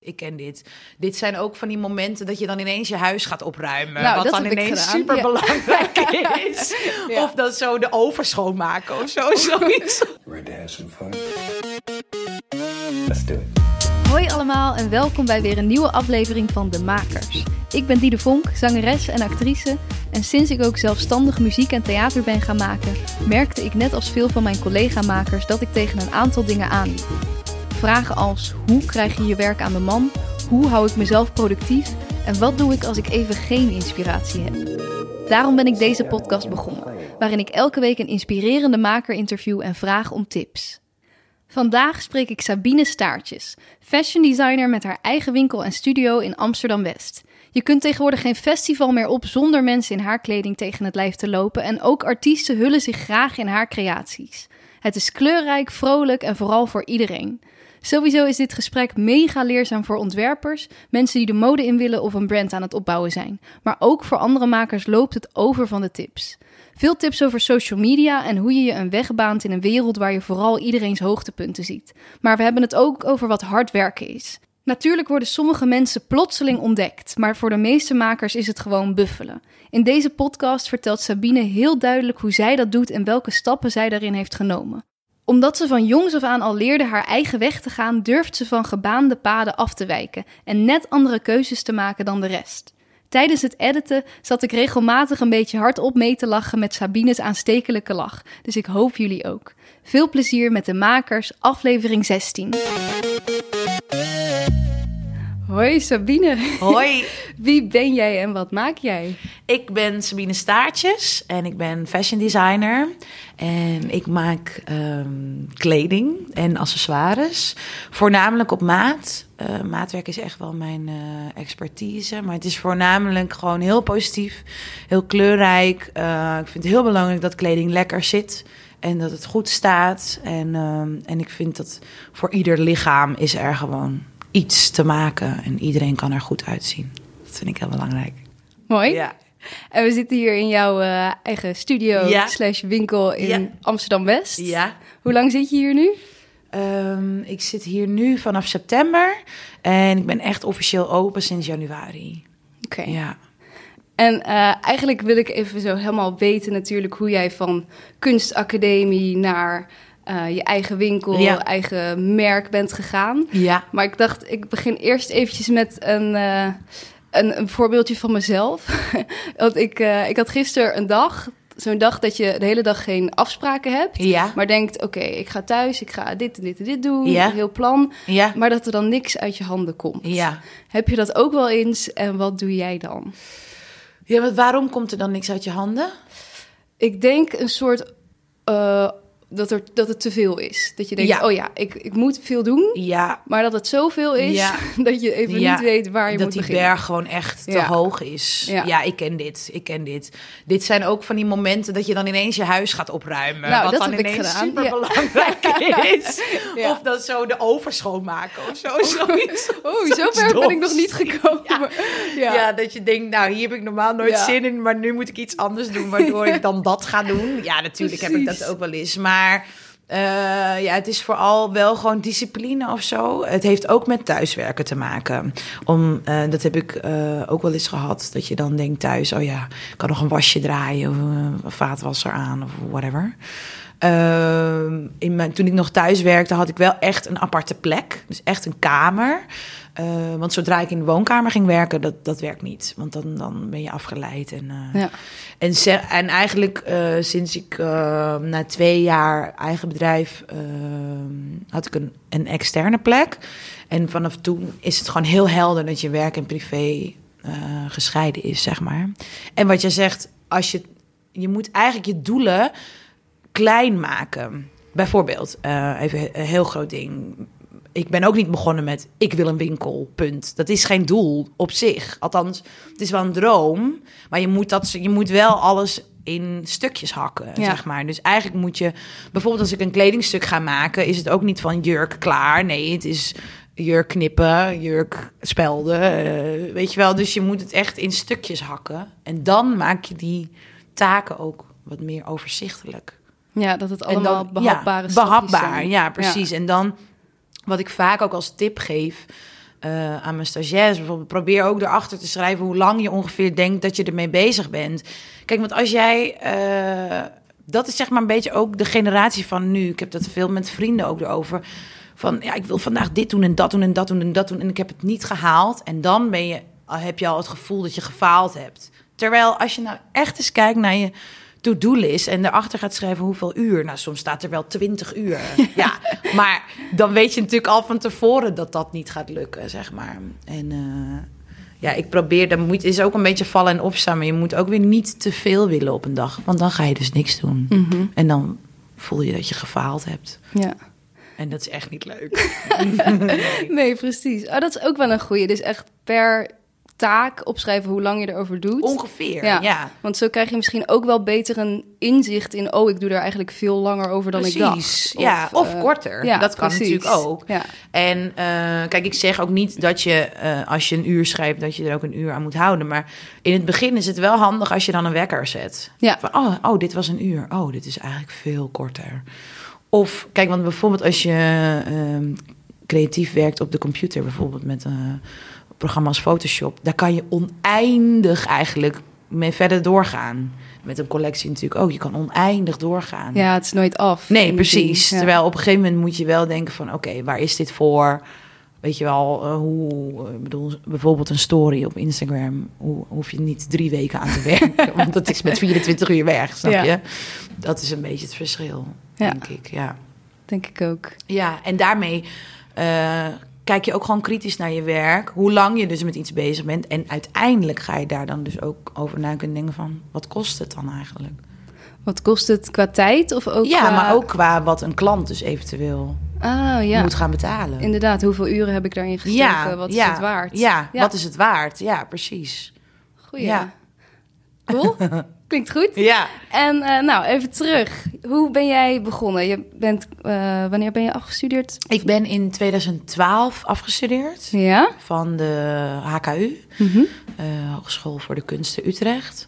Ik ken dit. Dit zijn ook van die momenten dat je dan ineens je huis gaat opruimen. Nou, wat dat dan heb ik ineens gedaan, super belangrijk is. Ja. Of dat zo de oven schoonmaken of zo, zoiets. Ready to have some fun? Let's do it. Hoi allemaal en welkom bij weer een nieuwe aflevering van De Makers. Ik ben Diede Vonk, zangeres en actrice. En sinds ik ook zelfstandig muziek en theater ben gaan maken, merkte ik net als veel van mijn collega-makers dat ik tegen een aantal dingen aanliep. Vragen als: hoe krijg je je werk aan de man? Hoe hou ik mezelf productief? En wat doe ik als ik even geen inspiratie heb? Daarom ben ik deze podcast begonnen, waarin ik elke week een inspirerende maker interview en vraag om tips. Vandaag spreek ik Sabine Staartjes, fashion designer met haar eigen winkel en studio in Amsterdam-West. Je kunt tegenwoordig geen festival meer op zonder mensen in haar kleding tegen het lijf te lopen en ook artiesten hullen zich graag in haar creaties. Het is kleurrijk, vrolijk en vooral voor iedereen. Sowieso is dit gesprek mega leerzaam voor ontwerpers, mensen die de mode in willen of een brand aan het opbouwen zijn. Maar ook voor andere makers loopt het over van de tips. Veel tips over social media en hoe je je een weg baant in een wereld waar je vooral iedereen's hoogtepunten ziet. Maar we hebben het ook over wat hard werken is. Natuurlijk worden sommige mensen plotseling ontdekt, maar voor de meeste makers is het gewoon buffelen. In deze podcast vertelt Sabine heel duidelijk hoe zij dat doet en welke stappen zij daarin heeft genomen. Omdat ze van jongs af aan al leerde haar eigen weg te gaan, durft ze van gebaande paden af te wijken en net andere keuzes te maken dan de rest. Tijdens het editen zat ik regelmatig een beetje hardop mee te lachen met Sabine's aanstekelijke lach, dus ik hoop jullie ook. Veel plezier met De Makers, aflevering 16. Hoi Sabine. Hoi. Wie ben jij en wat maak jij? Ik ben Sabine Staartjes en ik ben fashion designer. En ik maak kleding en accessoires. Voornamelijk op maat. Maatwerk is echt wel mijn expertise. Maar het is voornamelijk gewoon heel positief. Heel kleurrijk. Ik vind het heel belangrijk dat kleding lekker zit. En dat het goed staat. En ik vind dat voor ieder lichaam is er gewoon iets te maken. En iedereen kan er goed uitzien. Dat vind ik heel belangrijk. Mooi. Ja. En we zitten hier in jouw eigen studio / winkel in Amsterdam-West. Ja. Hoe lang zit je hier nu? Ik zit hier nu vanaf september. En ik ben echt officieel open sinds januari. Oké. Ja. En eigenlijk wil ik even zo helemaal weten natuurlijk hoe jij van kunstacademie naar je eigen winkel, eigen merk bent gegaan. Ja. Maar ik dacht, ik begin eerst eventjes met een voorbeeldje van mezelf. Want ik had gisteren een dag, zo'n dag dat je de hele dag geen afspraken hebt. Ja. Maar denkt, oké, ik ga thuis, ik ga dit en dit en dit doen. Ja. Een heel plan. Ja. Maar dat er dan niks uit je handen komt. Ja. Heb je dat ook wel eens en wat doe jij dan? Ja, maar waarom komt er dan niks uit je handen? Ik denk een soort dat het te veel is. Dat je denkt, ik moet veel doen. Ja. Maar dat het zoveel is dat je even niet weet waar je moet beginnen. Dat die berg gewoon echt te hoog is. Ja. Ja, ik ken dit. Dit zijn ook van die momenten dat je dan ineens je huis gaat opruimen. Nou, wat dat dan ineens super belangrijk is. Ja. Of dat zo de oven schoonmaken of zo. Zoiets. Oeh, zover ben ik nog niet gekomen. Ja, dat je denkt, nou, hier heb ik normaal nooit zin in, maar nu moet ik iets anders doen, waardoor ik dan dat ga doen. Ja, natuurlijk heb ik dat ook wel eens. Maar het is vooral wel gewoon discipline of zo. Het heeft ook met thuiswerken te maken. Dat heb ik ook wel eens gehad. Dat je dan denkt thuis, oh ja, ik kan nog een wasje draaien of een vaatwasser aan of whatever. Toen ik nog thuis werkte, had ik wel echt een aparte plek. Dus echt een kamer. Want zodra ik in de woonkamer ging werken, dat werkt niet. Want dan ben je afgeleid. En eigenlijk sinds ik na 2 jaar eigen bedrijf had ik een externe plek. En vanaf toen is het gewoon heel helder dat je werk en privé gescheiden is, zeg maar. En wat je zegt, je moet eigenlijk je doelen klein maken. Bijvoorbeeld, even een heel groot ding. Ik ben ook niet begonnen met, ik wil een winkel, punt. Dat is geen doel op zich. Althans, het is wel een droom. Maar je moet wel alles in stukjes hakken, zeg maar. Dus eigenlijk moet je, bijvoorbeeld als ik een kledingstuk ga maken, is het ook niet van jurk klaar. Nee, het is jurk knippen, jurk spelden, weet je wel. Dus je moet het echt in stukjes hakken. En dan maak je die taken ook wat meer overzichtelijk. Ja, dat het allemaal behapbare stapjes zijn. Ja, precies. Ja. En dan, wat ik vaak ook als tip geef, aan mijn stagiaires bijvoorbeeld, probeer ook erachter te schrijven hoe lang je ongeveer denkt dat je ermee bezig bent. Kijk, want als jij... dat is zeg maar een beetje ook de generatie van nu. Ik heb dat veel met vrienden ook erover. Van, ja, ik wil vandaag dit doen en dat doen en dat doen en dat doen. En ik heb het niet gehaald. En dan heb je al het gevoel dat je gefaald hebt. Terwijl als je nou echt eens kijkt naar je to-do-list en erachter gaat schrijven hoeveel uur. Nou, soms staat er wel 20 uur. Ja, maar dan weet je natuurlijk al van tevoren dat dat niet gaat lukken, zeg maar. En ja, ik probeer, is ook een beetje vallen en opstaan. Maar je moet ook weer niet te veel willen op een dag. Want dan ga je dus niks doen. Mm-hmm. En dan voel je dat je gefaald hebt. Ja. En dat is echt niet leuk. Nee, precies. Oh, dat is ook wel een goeie. Dus echt per taak opschrijven hoe lang je erover doet. Ongeveer, ja. Want zo krijg je misschien ook wel beter een inzicht in... ik doe er eigenlijk veel langer over dan ik dacht. Of korter. Ja, dat kan natuurlijk ook. Ja. En kijk, ik zeg ook niet dat je, als je een uur schrijft... dat je er ook een uur aan moet houden. Maar in het begin is het wel handig als je dan een wekker zet. Ja. Van, dit was een uur. Oh, dit is eigenlijk veel korter. Of, kijk, want bijvoorbeeld als je creatief werkt op de computer... bijvoorbeeld met... programma's Photoshop, daar kan je oneindig eigenlijk mee verder doorgaan. Met een collectie natuurlijk ook. Je kan oneindig doorgaan. Ja, het is nooit af. Nee, precies. Ja. Terwijl op een gegeven moment moet je wel denken van... oké, waar is dit voor? Weet je wel, ik bedoel, bijvoorbeeld een story op Instagram... hoef je niet 3 weken aan te werken. Want dat is met 24 uur weg, snap je? Dat is een beetje het verschil, denk ik. Ja, denk ik ook. Ja, en daarmee... kijk je ook gewoon kritisch naar je werk. Hoe lang je dus met iets bezig bent. En uiteindelijk ga je daar dan dus ook over na kunnen denken van... wat kost het dan eigenlijk? Wat kost het qua tijd? Of ook maar ook qua wat een klant dus eventueel moet gaan betalen. Inderdaad, hoeveel uren heb ik daarin gestoken? Wat is het waard? Ja, wat is het waard? Ja, precies. Goeie. Ja. Cool. Klinkt goed. Ja. En even terug. Hoe ben jij begonnen? Wanneer ben je afgestudeerd? Ik ben in 2012 afgestudeerd. Ja? Van de HKU. Hogeschool voor de Kunsten Utrecht.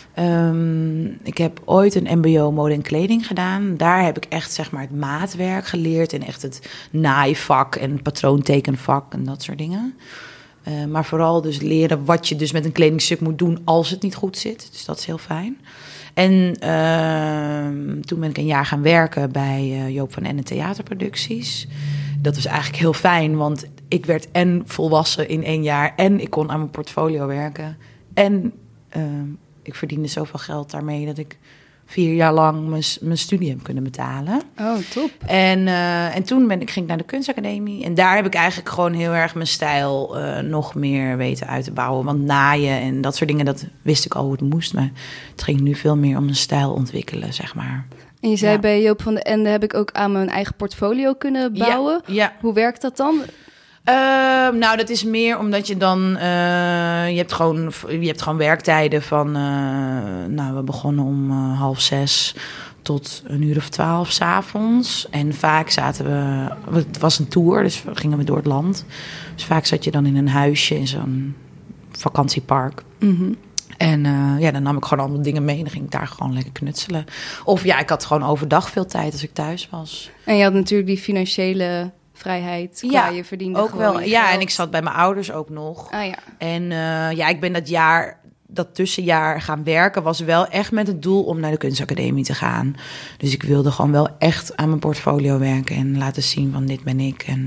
Ik heb ooit een mbo mode en kleding gedaan. Daar heb ik echt zeg maar het maatwerk geleerd. En echt het naaivak en patroontekenvak en dat soort dingen. Maar vooral dus leren wat je dus met een kledingstuk moet doen als het niet goed zit. Dus dat is heel fijn. En toen ben ik een jaar gaan werken bij Joop van Enne Theaterproducties. Dat was eigenlijk heel fijn, want ik werd en volwassen in 1 jaar... en ik kon aan mijn portfolio werken. En ik verdiende zoveel geld daarmee dat ik 4 jaar lang mijn studie heb kunnen betalen. Oh, top. En toen ging ik naar de kunstacademie. En daar heb ik eigenlijk gewoon heel erg mijn stijl nog meer weten uit te bouwen. Want naaien en dat soort dingen, dat wist ik al hoe het moest. Maar het ging nu veel meer om een stijl ontwikkelen, zeg maar. En je zei bij Joop van Ende heb ik ook aan mijn eigen portfolio kunnen bouwen. Ja. Hoe werkt dat dan? Nou, dat is meer omdat je dan... je hebt gewoon werktijden van... we begonnen om 5:30 tot 1:00 of 12:00 s'avonds. En vaak zaten we... Het was een tour, dus gingen we door het land. Dus vaak zat je dan in een huisje in zo'n vakantiepark. Mm-hmm. En dan nam ik gewoon allemaal dingen mee en dan ging ik daar gewoon lekker knutselen. Of ik had gewoon overdag veel tijd als ik thuis was. En je had natuurlijk die financiële... vrijheid, je verdiende ook wel. Geld. Ja, en ik zat bij mijn ouders ook nog. En ik ben dat tussenjaar gaan werken... was wel echt met het doel om naar de kunstacademie te gaan. Dus ik wilde gewoon wel echt aan mijn portfolio werken... en laten zien van dit ben ik. En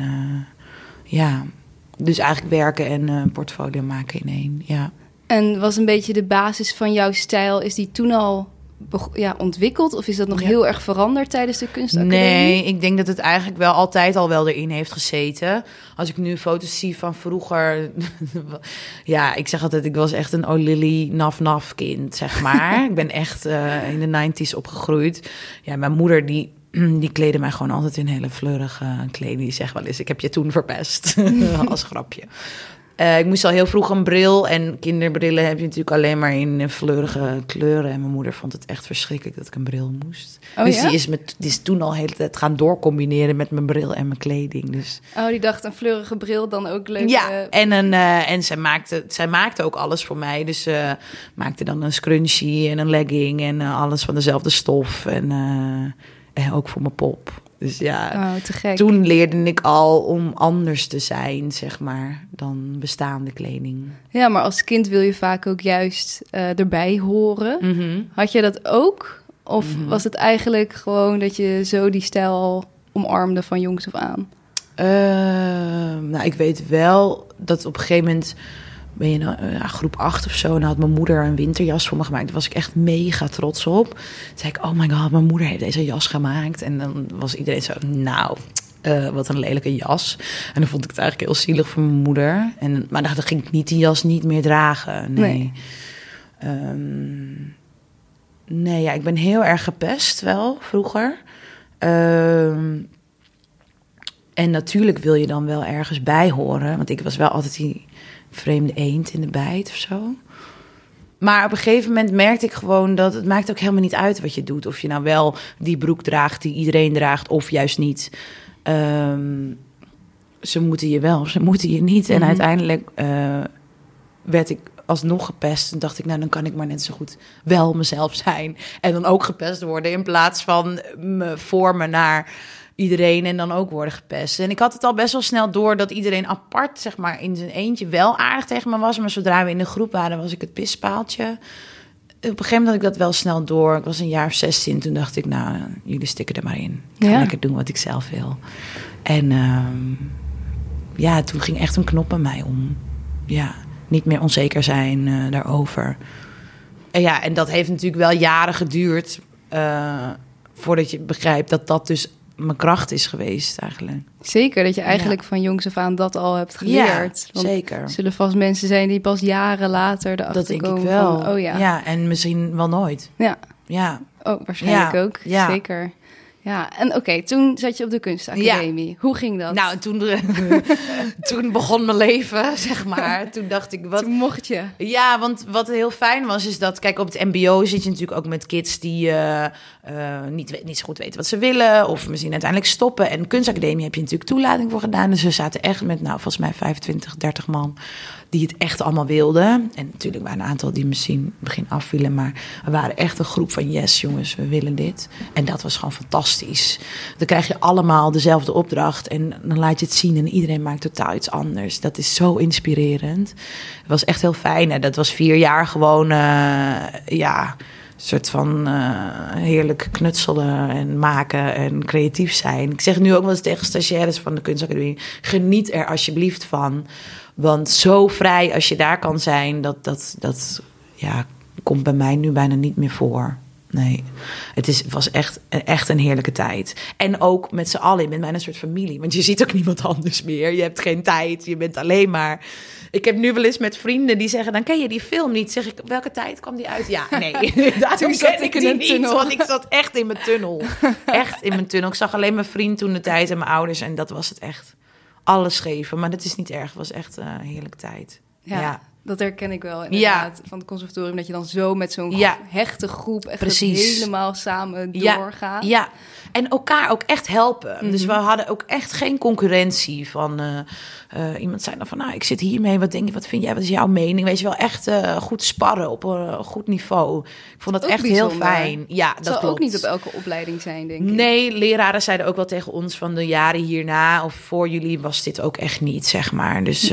dus eigenlijk werken en portfolio maken in 1, ja. En was een beetje de basis van jouw stijl... is die toen al... ontwikkeld? Of is dat nog heel erg veranderd tijdens de kunstacademie? Nee, ik denk dat het eigenlijk wel altijd al wel erin heeft gezeten. Als ik nu foto's zie van vroeger... ik zeg altijd, ik was echt een O'Lily naf kind, zeg maar. Ik ben echt in de 90's opgegroeid. Ja, mijn moeder die kleedde mij gewoon altijd in hele fleurige kleding. Die zegt wel eens, ik heb je toen verpest. Als grapje. Ik moest al heel vroeg een bril. En kinderbrillen heb je natuurlijk alleen maar in fleurige kleuren. En mijn moeder vond het echt verschrikkelijk dat ik een bril moest. Dus die is toen al de hele tijd gaan doorcombineren met mijn bril en mijn kleding. Dus. Oh, die dacht een fleurige bril dan ook leuk. Ja, en zij maakte ook alles voor mij. Dus maakte dan een scrunchie en een legging en alles van dezelfde stof. En ook voor mijn pop. Dus ja, te gek. Toen leerde ik al om anders te zijn, zeg maar, dan bestaande kleding. Ja, maar als kind wil je vaak ook juist erbij horen. Mm-hmm. Had je dat ook? Of was het eigenlijk gewoon dat je zo die stijl al omarmde van jongs af aan? Nou, ik weet wel dat op een gegeven moment... ben je groep 8 of zo... en dan had mijn moeder een winterjas voor me gemaakt. Daar was ik echt mega trots op. Toen zei ik, oh my god, mijn moeder heeft deze jas gemaakt. En dan was iedereen zo, nou, wat een lelijke jas. En dan vond ik het eigenlijk heel zielig voor mijn moeder. Maar dan ging ik niet die jas niet meer dragen. Nee. Nee, ja, ik ben heel erg gepest wel, vroeger. En natuurlijk wil je dan wel ergens bij horen. Want ik was wel altijd die vreemde eend in de bijt of zo. Maar op een gegeven moment merkte ik gewoon dat het maakt ook helemaal niet uit wat je doet. Of je nou wel die broek draagt die iedereen draagt of juist niet. Ze moeten je wel of ze moeten je niet. En uiteindelijk werd ik alsnog gepest. En dacht ik, nou dan kan ik maar net zo goed wel mezelf zijn. En dan ook gepest worden in plaats van me vormen naar iedereen en dan ook worden gepest. En ik had het al best wel snel door dat iedereen apart, zeg maar, in zijn eentje wel aardig tegen me was. Maar zodra we in de groep waren, was ik het pispaaltje. Op een gegeven moment had ik dat wel snel door. Ik was een jaar of 16. Toen dacht ik, nou, jullie stikken er maar in. Ik ga lekker doen wat ik zelf wil. En ja, toen ging echt een knop bij mij om. Ja, niet meer onzeker zijn daarover. En ja, en dat heeft natuurlijk wel jaren geduurd voordat je begrijpt dat dat dus mijn kracht is geweest eigenlijk. Zeker, dat je eigenlijk van jongs af aan dat al hebt geleerd. Ja, zeker. Er zullen vast mensen zijn die pas jaren later erachter komen. Dat denk ik wel. Van, oh ja. Ja, en misschien wel nooit. Ja. Oh, waarschijnlijk ook. Ja. Zeker. Ja, en oké, toen zat je op de kunstacademie. Ja. Hoe ging dat? Nou, toen begon mijn leven, zeg maar. Toen dacht ik, wat... Toen mocht je. Ja, want wat heel fijn was, is dat... Kijk, op het mbo zit je natuurlijk ook met kids die niet zo goed weten wat ze willen. Of misschien uiteindelijk stoppen. En kunstacademie heb je natuurlijk toelating voor gedaan. Dus we zaten echt met, volgens mij 25, 30 man... die het echt allemaal wilden. En natuurlijk waren een aantal die misschien in het begin afvielen... maar we waren echt een groep van yes, jongens, we willen dit. En dat was gewoon fantastisch. Dan krijg je allemaal dezelfde opdracht... en dan laat je het zien en iedereen maakt totaal iets anders. Dat is zo inspirerend. Het was echt heel fijn. En dat was 4 jaar gewoon, een soort van heerlijk knutselen en maken en creatief zijn. Ik zeg nu ook wel eens tegen stagiaires van de kunstacademie... geniet er alsjeblieft van... Want zo vrij als je daar kan zijn, dat komt bij mij nu bijna niet meer voor. Nee, het was echt een heerlijke tijd. En ook met z'n allen, je bent bijna een soort familie. Want je ziet ook niemand anders meer. Je hebt geen tijd, je bent alleen maar... Ik heb nu wel eens met vrienden die zeggen... dan ken je die film niet. Zeg ik, welke tijd kwam die uit? Ja, nee, daarom ken ik die niet. Want ik zat echt in mijn tunnel. Echt in mijn tunnel. Ik zag alleen mijn vriend toen de tijd en mijn ouders. En dat was het echt. Alles geven, maar dat is niet erg. Het was echt een heerlijke tijd. Ja, dat herken ik wel inderdaad. Van het conservatorium, dat je dan zo met zo'n hechte groep... echt helemaal samen doorgaat. Ja, en elkaar ook echt helpen. Mm-hmm. Dus we hadden ook echt geen concurrentie van... iemand zei dan van, nou, ik zit hiermee, wat denk je, wat vind jij, wat is jouw mening? Weet je wel, echt goed sparren op een goed niveau. Ik vond dat echt bijzonder. Heel fijn. Ja, dat zal klopt. Ook niet op elke opleiding zijn, denk ik. Nee, leraren zeiden ook wel tegen ons van de jaren hierna... of voor jullie was dit ook echt niet, zeg maar. Dus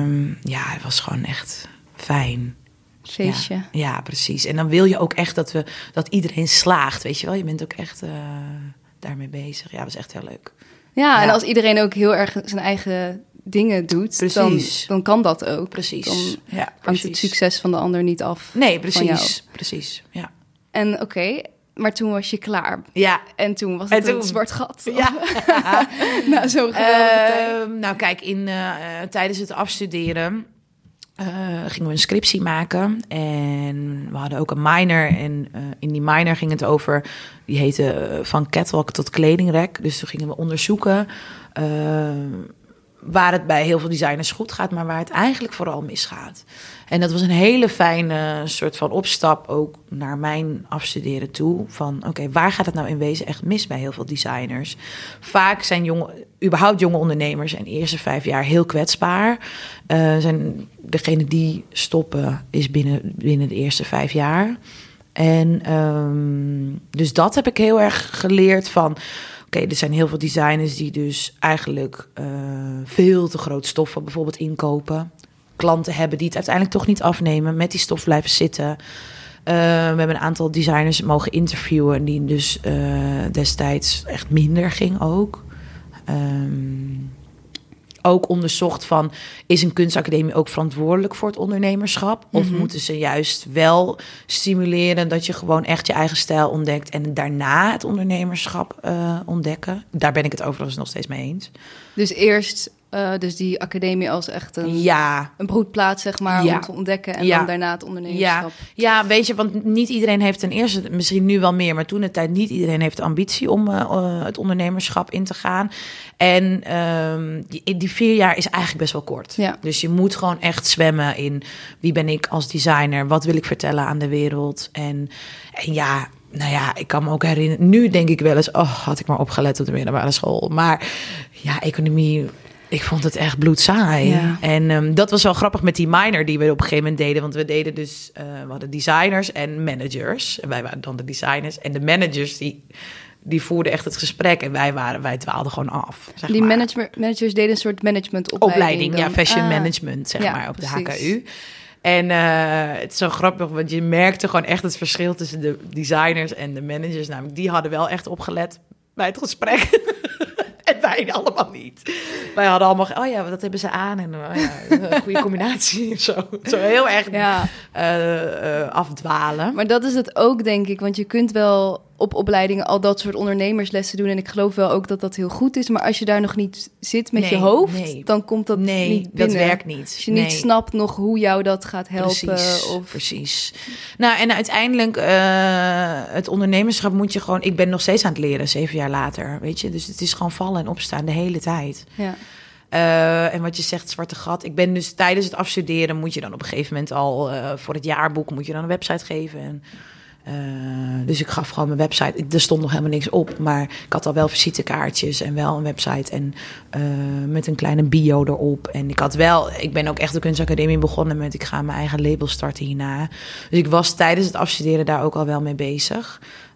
het was gewoon echt fijn. Feestje. Ja, precies. En dan wil je ook echt dat iedereen slaagt, weet je wel. Je bent ook echt daarmee bezig. Ja, dat was echt heel leuk. Ja, en als iedereen ook heel erg zijn eigen dingen doet, dan kan dat ook. Precies. Dan hangt het succes van de ander niet af. Nee, precies. Van jou. Precies, ja. En oké, maar toen was je klaar. Ja. En toen was het een zwart gat. Ja. Nou, zo'n geweldige tijd. Nou, kijk, tijdens het afstuderen... gingen we een scriptie maken en we hadden ook een minor en in die minor ging het over, die heette van catwalk tot kledingrek. Dus toen gingen we onderzoeken waar het bij heel veel designers goed gaat, maar waar het eigenlijk vooral misgaat. En dat was een hele fijne soort van opstap ook naar mijn afstuderen toe. Van oké, waar gaat het nou in wezen echt mis bij heel veel designers? Vaak zijn überhaupt jonge ondernemers in de eerste 5 jaar heel kwetsbaar. Zijn degene die stoppen is binnen de eerste 5 jaar. En dus dat heb ik heel erg geleerd van... er zijn heel veel designers die dus eigenlijk veel te groot stoffen bijvoorbeeld inkopen. Klanten hebben die het uiteindelijk toch niet afnemen, met die stof blijven zitten. We hebben een aantal designers mogen interviewen die dus destijds echt minder ging ook. Ook onderzocht van, is een kunstacademie ook verantwoordelijk voor het ondernemerschap? Of moeten ze juist wel stimuleren dat je gewoon echt je eigen stijl ontdekt en daarna het ondernemerschap ontdekken? Daar ben ik het overigens nog steeds mee eens. Dus eerst dus die academie als echt een broedplaats, zeg maar, om te ontdekken en dan daarna het ondernemerschap. Ja, weet je, want niet iedereen heeft ten eerste, misschien nu wel meer, maar toen de tijd niet iedereen heeft de ambitie om het ondernemerschap in te gaan. En die 4 jaar is eigenlijk best wel kort. Ja. Dus je moet gewoon echt zwemmen in wie ben ik als designer, wat wil ik vertellen aan de wereld. En ja, nou ja, ik kan me ook herinneren, nu denk ik wel eens, had ik maar opgelet op de middelbare school. Maar ja, economie, ik vond het echt bloedsaai. Ja. En dat was wel grappig met die minor die we op een gegeven moment deden. Want we deden dus, we hadden designers en managers. En wij waren dan de designers. En de managers die voerden echt het gesprek. En wij dwaalden gewoon af. Zeg die maar. Managers deden een soort managementopleiding. Ja, fashion management, zeg maar, op precies. De HKU. En het is zo grappig, want je merkte gewoon echt het verschil tussen de designers en de managers. Namelijk, die hadden wel echt opgelet bij het gesprek. En wij allemaal niet. Wij hadden allemaal, dat hebben ze aan. En een goede combinatie. Zo heel erg afdwalen. Maar dat is het ook, denk ik. Want je kunt wel op opleidingen al dat soort ondernemerslessen doen. En ik geloof wel ook dat dat heel goed is. Maar als je daar nog niet zit met je hoofd, dan komt dat niet binnen. Dat werkt niet. Als je niet snapt nog hoe jou dat gaat helpen. Precies. Nou, en uiteindelijk het ondernemerschap moet je gewoon... Ik ben nog steeds aan het leren, 7 jaar later, weet je. Dus het is gewoon vallen en opstaan de hele tijd. Ja. En wat je zegt, zwarte gat. Ik ben dus tijdens het afstuderen moet je dan op een gegeven moment al... voor het jaarboek moet je dan een website geven en... dus ik gaf gewoon mijn website. Er stond nog helemaal niks op, maar ik had al wel visitekaartjes en wel een website en met een kleine bio erop. En ik ben ook echt de kunstacademie begonnen met ik ga mijn eigen label starten hierna. Dus ik was tijdens het afstuderen daar ook al wel mee bezig.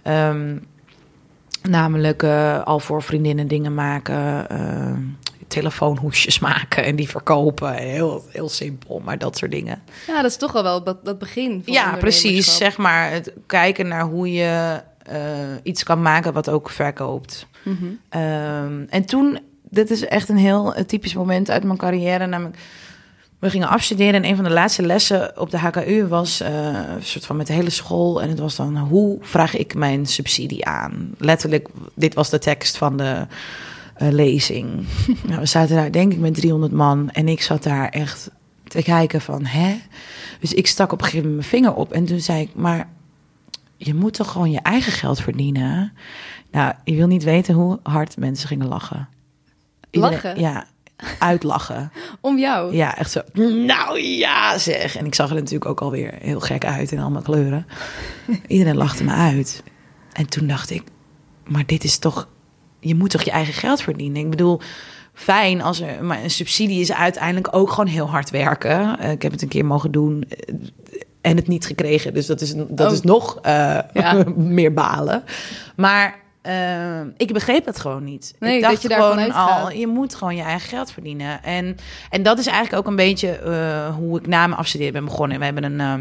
Namelijk al voor vriendinnen dingen maken, telefoonhoesjes maken en die verkopen. Heel, heel simpel, maar dat soort dingen. Ja, dat is toch al wel dat begin van ja, precies. Zeg maar, het kijken naar hoe je iets kan maken wat ook verkoopt. Mm-hmm. En toen, dit is echt een heel typisch moment uit mijn carrière. Namelijk, we gingen afstuderen en een van de laatste lessen op de HKU was een soort van met de hele school. En het was dan, hoe vraag ik mijn subsidie aan? Letterlijk, dit was de tekst van de lezing. Nou, we zaten daar denk ik met 300 man en ik zat daar echt te kijken van, hè? Dus ik stak op een gegeven moment mijn vinger op en toen zei ik, maar je moet toch gewoon je eigen geld verdienen? Nou, je wil niet weten hoe hard mensen gingen lachen. Lachen? Ja, uitlachen. Om jou? Ja, echt zo, nou ja zeg. En ik zag er natuurlijk ook alweer heel gek uit in allemaal kleuren. Iedereen lachte me uit. En toen dacht ik, maar dit is toch... Je moet toch je eigen geld verdienen? Ik bedoel, fijn als maar een subsidie is uiteindelijk ook gewoon heel hard werken. Ik heb het een keer mogen doen en het niet gekregen. Dus dat is nog meer balen. Maar ik begreep het gewoon niet. Nee, ik dacht dat je daarvan uitgaat. Je moet gewoon je eigen geld verdienen. En dat is eigenlijk ook een beetje hoe ik na mijn afstuderen ben begonnen. We hebben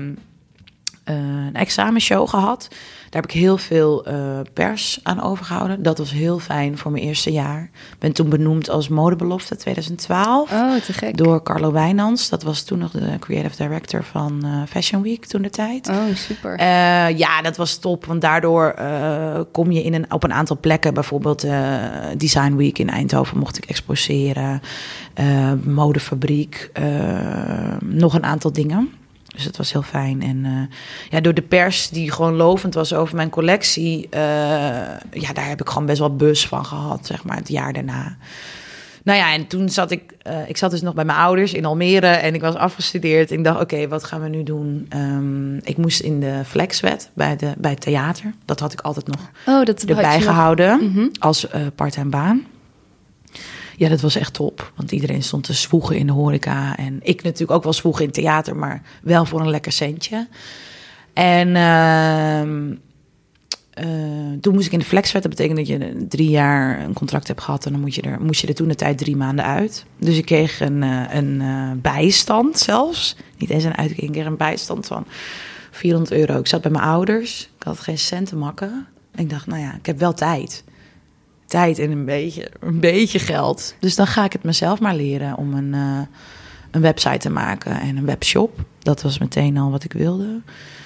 een examenshow gehad. Daar heb ik heel veel pers aan overgehouden. Dat was heel fijn voor mijn eerste jaar. Ik ben toen benoemd als modebelofte 2012. Oh, te gek. Door Carlo Wijnands. Dat was toen nog de creative director van Fashion Week toen de tijd. Oh, super. Ja, dat was top. Want daardoor kom je op een aantal plekken. Bijvoorbeeld Design Week in Eindhoven mocht ik exposeren. Modefabriek. Nog een aantal dingen. Dus dat was heel fijn. En door de pers die gewoon lovend was over mijn collectie... daar heb ik gewoon best wel buzz van gehad, zeg maar, het jaar daarna. Nou ja, en toen zat ik zat dus nog bij mijn ouders in Almere... en ik was afgestudeerd. En ik dacht, oké, wat gaan we nu doen? Ik moest in de flexwet bij het theater. Dat had ik altijd nog erbij gehouden als parttime baan. Ja, dat was echt top. Want iedereen stond te zwoegen in de horeca. En ik natuurlijk ook wel zwoegen in het theater, maar wel voor een lekker centje. En toen moest ik in de flexwet. Dat betekent dat je 3 jaar een contract hebt gehad... en dan moest je er toen de tijd 3 maanden uit. Dus ik kreeg een bijstand zelfs. Niet eens een uitkering, ik kreeg een bijstand van €400. Ik zat bij mijn ouders. Ik had geen cent te makken. En ik dacht, nou ja, ik heb wel tijd. Tijd en een beetje geld. Dus dan ga ik het mezelf maar leren om een website te maken en een webshop. Dat was meteen al wat ik wilde.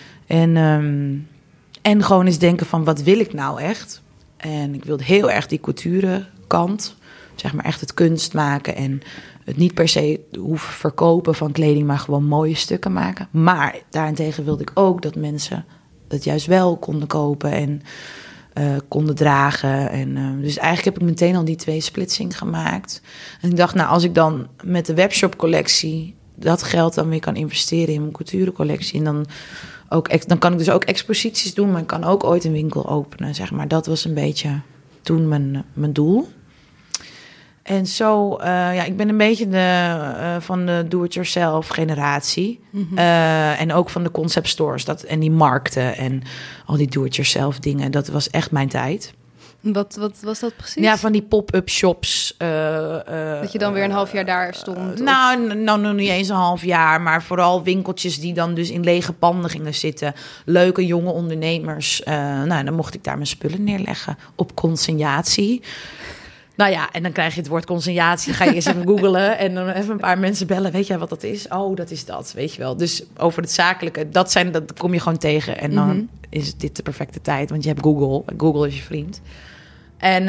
En gewoon eens denken van, wat wil ik nou echt? En ik wilde heel erg die couture kant. Zeg maar echt het kunst maken en het niet per se hoeven verkopen van kleding, maar gewoon mooie stukken maken. Maar daarentegen wilde ik ook dat mensen het juist wel konden kopen en konden dragen. Dus eigenlijk heb ik meteen al die 2 splitsing gemaakt. En ik dacht, nou, als ik dan met de webshop-collectie dat geld dan weer kan investeren in mijn couture-collectie, en dan kan ik dus ook exposities doen, maar ik kan ook ooit een winkel openen, zeg maar. Dat was een beetje toen mijn doel. En zo, ik ben een beetje van de do-it-yourself generatie. Mm-hmm. En ook van de concept stores en die markten en al die do-it-yourself dingen. Dat was echt mijn tijd. Wat was dat precies? Ja, van die pop-up shops. Dat je dan weer een half jaar daar stond? Nou, nog niet eens een half jaar. Maar vooral winkeltjes die dan dus in lege panden gingen zitten. Leuke jonge ondernemers. Dan mocht ik daar mijn spullen neerleggen op consignatie. Nou ja, en dan krijg je het woord consignatie. Ga je eens even googlen en dan even een paar mensen bellen. Weet jij wat dat is? Oh, dat is dat, weet je wel. Dus over het zakelijke, dat kom je gewoon tegen. En dan is dit de perfecte tijd, want je hebt Google. Google is je vriend. En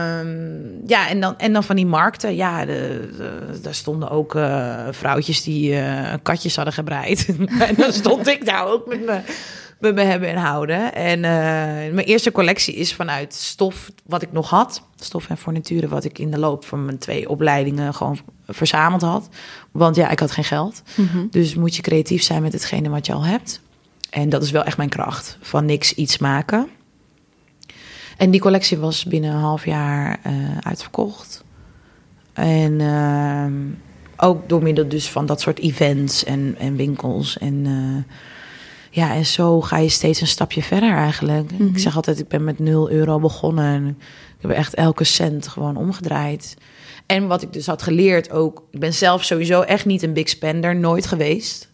en dan van die markten. Ja, daar stonden ook vrouwtjes die katjes hadden gebreid. En dan stond ik daar ook met me hebben en houden. En mijn eerste collectie is vanuit stof wat ik nog had. Stof en furnituren wat ik in de loop van mijn 2 opleidingen gewoon verzameld had. Want ja, ik had geen geld. Mm-hmm. Dus moet je creatief zijn met hetgene wat je al hebt. En dat is wel echt mijn kracht. Van niks iets maken. En die collectie was binnen een half jaar uitverkocht. En ook door middel dus van dat soort events en winkels en zo ga je steeds een stapje verder eigenlijk. Mm-hmm. Ik zeg altijd, ik ben met €0 begonnen. En ik heb echt elke cent gewoon omgedraaid. En wat ik dus had geleerd ook, ik ben zelf sowieso echt niet een big spender, nooit geweest.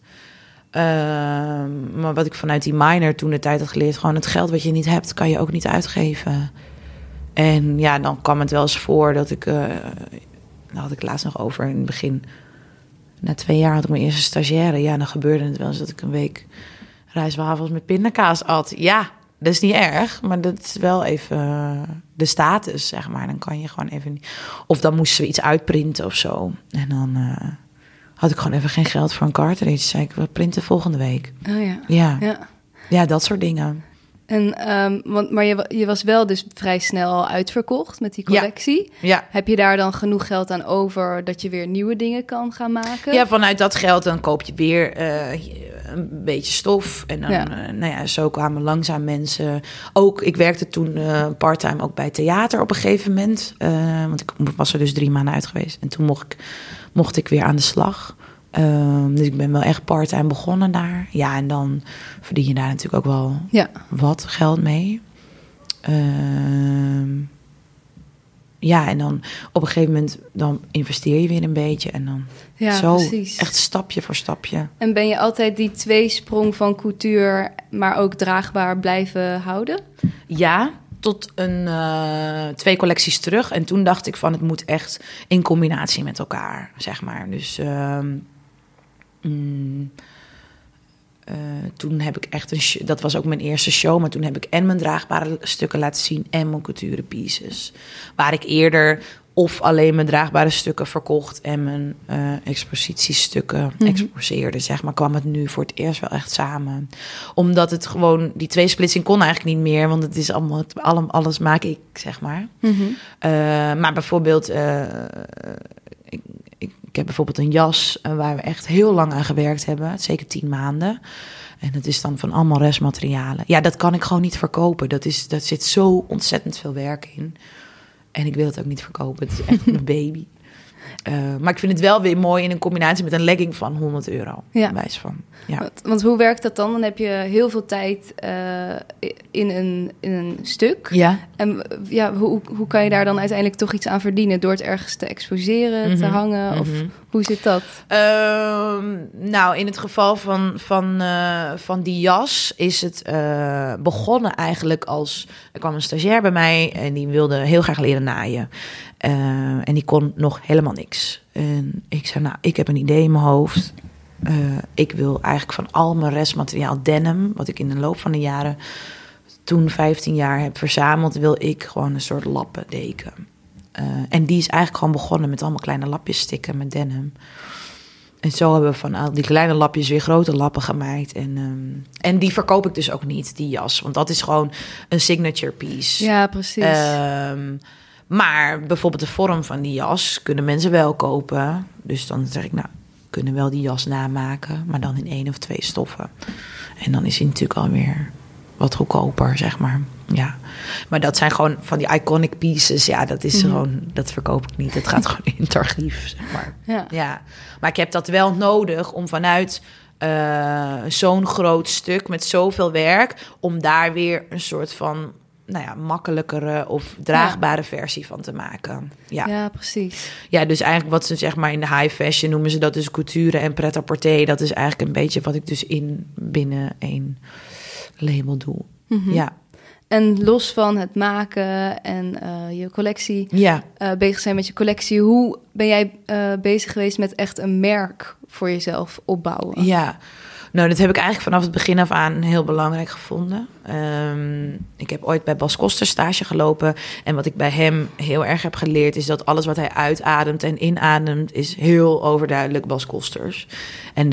Maar wat ik vanuit die minor toen de tijd had geleerd, gewoon het geld wat je niet hebt, kan je ook niet uitgeven. En ja, dan kwam het wel eens voor dat ik, daar had ik laatst nog over in het begin. Na 2 jaar had ik mijn eerste stagiaire. Ja, dan gebeurde het wel eens dat ik een week rijstwafels met pindakaas at. Ja, dat is niet erg, maar dat is wel even de status, zeg maar. Dan kan je gewoon even niet. Of dan moesten we iets uitprinten of zo. En dan had ik gewoon even geen geld voor een cartridge. Zei ik, we printen volgende week. Oh ja. Ja, dat soort dingen. Maar je was wel dus vrij snel uitverkocht met die collectie. Ja. Heb je daar dan genoeg geld aan over dat je weer nieuwe dingen kan gaan maken? Ja, vanuit dat geld dan koop je weer een beetje stof. En dan, zo kwamen langzaam mensen. Ook, ik werkte toen parttime ook bij theater op een gegeven moment. Want ik was er dus 3 maanden uit geweest. En toen mocht ik weer aan de slag. Dus ik ben wel echt part-time begonnen daar. Ja, en dan verdien je daar natuurlijk ook wel wat geld mee. En dan op een gegeven moment dan investeer je weer een beetje. En dan zo precies. Echt stapje voor stapje. En ben je altijd die 2-sprong van couture, maar ook draagbaar blijven houden? Ja, tot 2 collecties terug. En toen dacht ik van, het moet echt in combinatie met elkaar, zeg maar. Dus toen heb ik echt dat was ook mijn eerste show, maar toen heb ik en mijn draagbare stukken laten zien en mijn couture pieces. Waar ik eerder of alleen mijn draagbare stukken verkocht en mijn expositiestukken exposeerde, zeg maar, kwam het nu voor het eerst wel echt samen. Omdat het gewoon, die 2-splitsing kon eigenlijk niet meer, want het is allemaal, alles maak ik, zeg maar. Mm-hmm. Maar bijvoorbeeld, ik heb bijvoorbeeld een jas waar we echt heel lang aan gewerkt hebben, zeker 10 maanden. En dat is dan van allemaal restmaterialen. Ja, dat kan ik gewoon niet verkopen. Dat zit zo ontzettend veel werk in. En ik wil het ook niet verkopen. Het is echt mijn baby. Maar ik vind het wel weer mooi in een combinatie met een legging van €100. Ja. Wijs van. Ja. Want hoe werkt dat dan? Dan heb je heel veel tijd in een stuk. Ja. En hoe kan je daar dan uiteindelijk toch iets aan verdienen? Door het ergens te exposeren, te hangen? Of hoe zit dat? Nou, in het geval van die jas is het begonnen eigenlijk als... Er kwam een stagiair bij mij en die wilde heel graag leren naaien. En die kon nog helemaal niks. En ik zei, nou, ik heb een idee in mijn hoofd. Ik wil eigenlijk van al mijn restmateriaal denim, wat ik in de loop van de jaren, toen 15 jaar heb verzameld, wil ik gewoon een soort lappendeken. En die is eigenlijk gewoon begonnen met allemaal kleine lapjes stikken met denim. En zo hebben we van al die kleine lapjes weer grote lappen gemaakt. En die verkoop ik dus ook niet, die jas. Want dat is gewoon een signature piece. Ja, precies. Maar bijvoorbeeld de vorm van die jas kunnen mensen wel kopen. Dus dan zeg ik, nou, kunnen wel die jas namaken, maar dan in 1 of 2 stoffen. En dan is hij natuurlijk alweer wat goedkoper, zeg maar. Ja. Maar dat zijn gewoon van die iconic pieces. Ja, dat is gewoon, dat verkoop ik niet. Dat gaat gewoon in het archief, zeg maar. Ja. Maar ik heb dat wel nodig om vanuit zo'n groot stuk met zoveel werk, om daar weer een soort van makkelijkere of draagbare versie van te maken. Ja, precies. Ja, dus eigenlijk wat ze zeg maar in de high fashion noemen ze dat dus couture en pret-à-porter. Dat is eigenlijk een beetje wat ik dus binnen 1 label doe. Ja. En los van het maken en je collectie, bezig zijn met je collectie, hoe ben jij bezig geweest met echt een merk voor jezelf opbouwen? Ja. Nou, dat heb ik eigenlijk vanaf het begin af aan heel belangrijk gevonden. Ik heb ooit bij Bas Koster stage gelopen. En wat ik bij hem heel erg heb geleerd, is dat alles wat hij uitademt en inademt, is heel overduidelijk Bas Kosters. En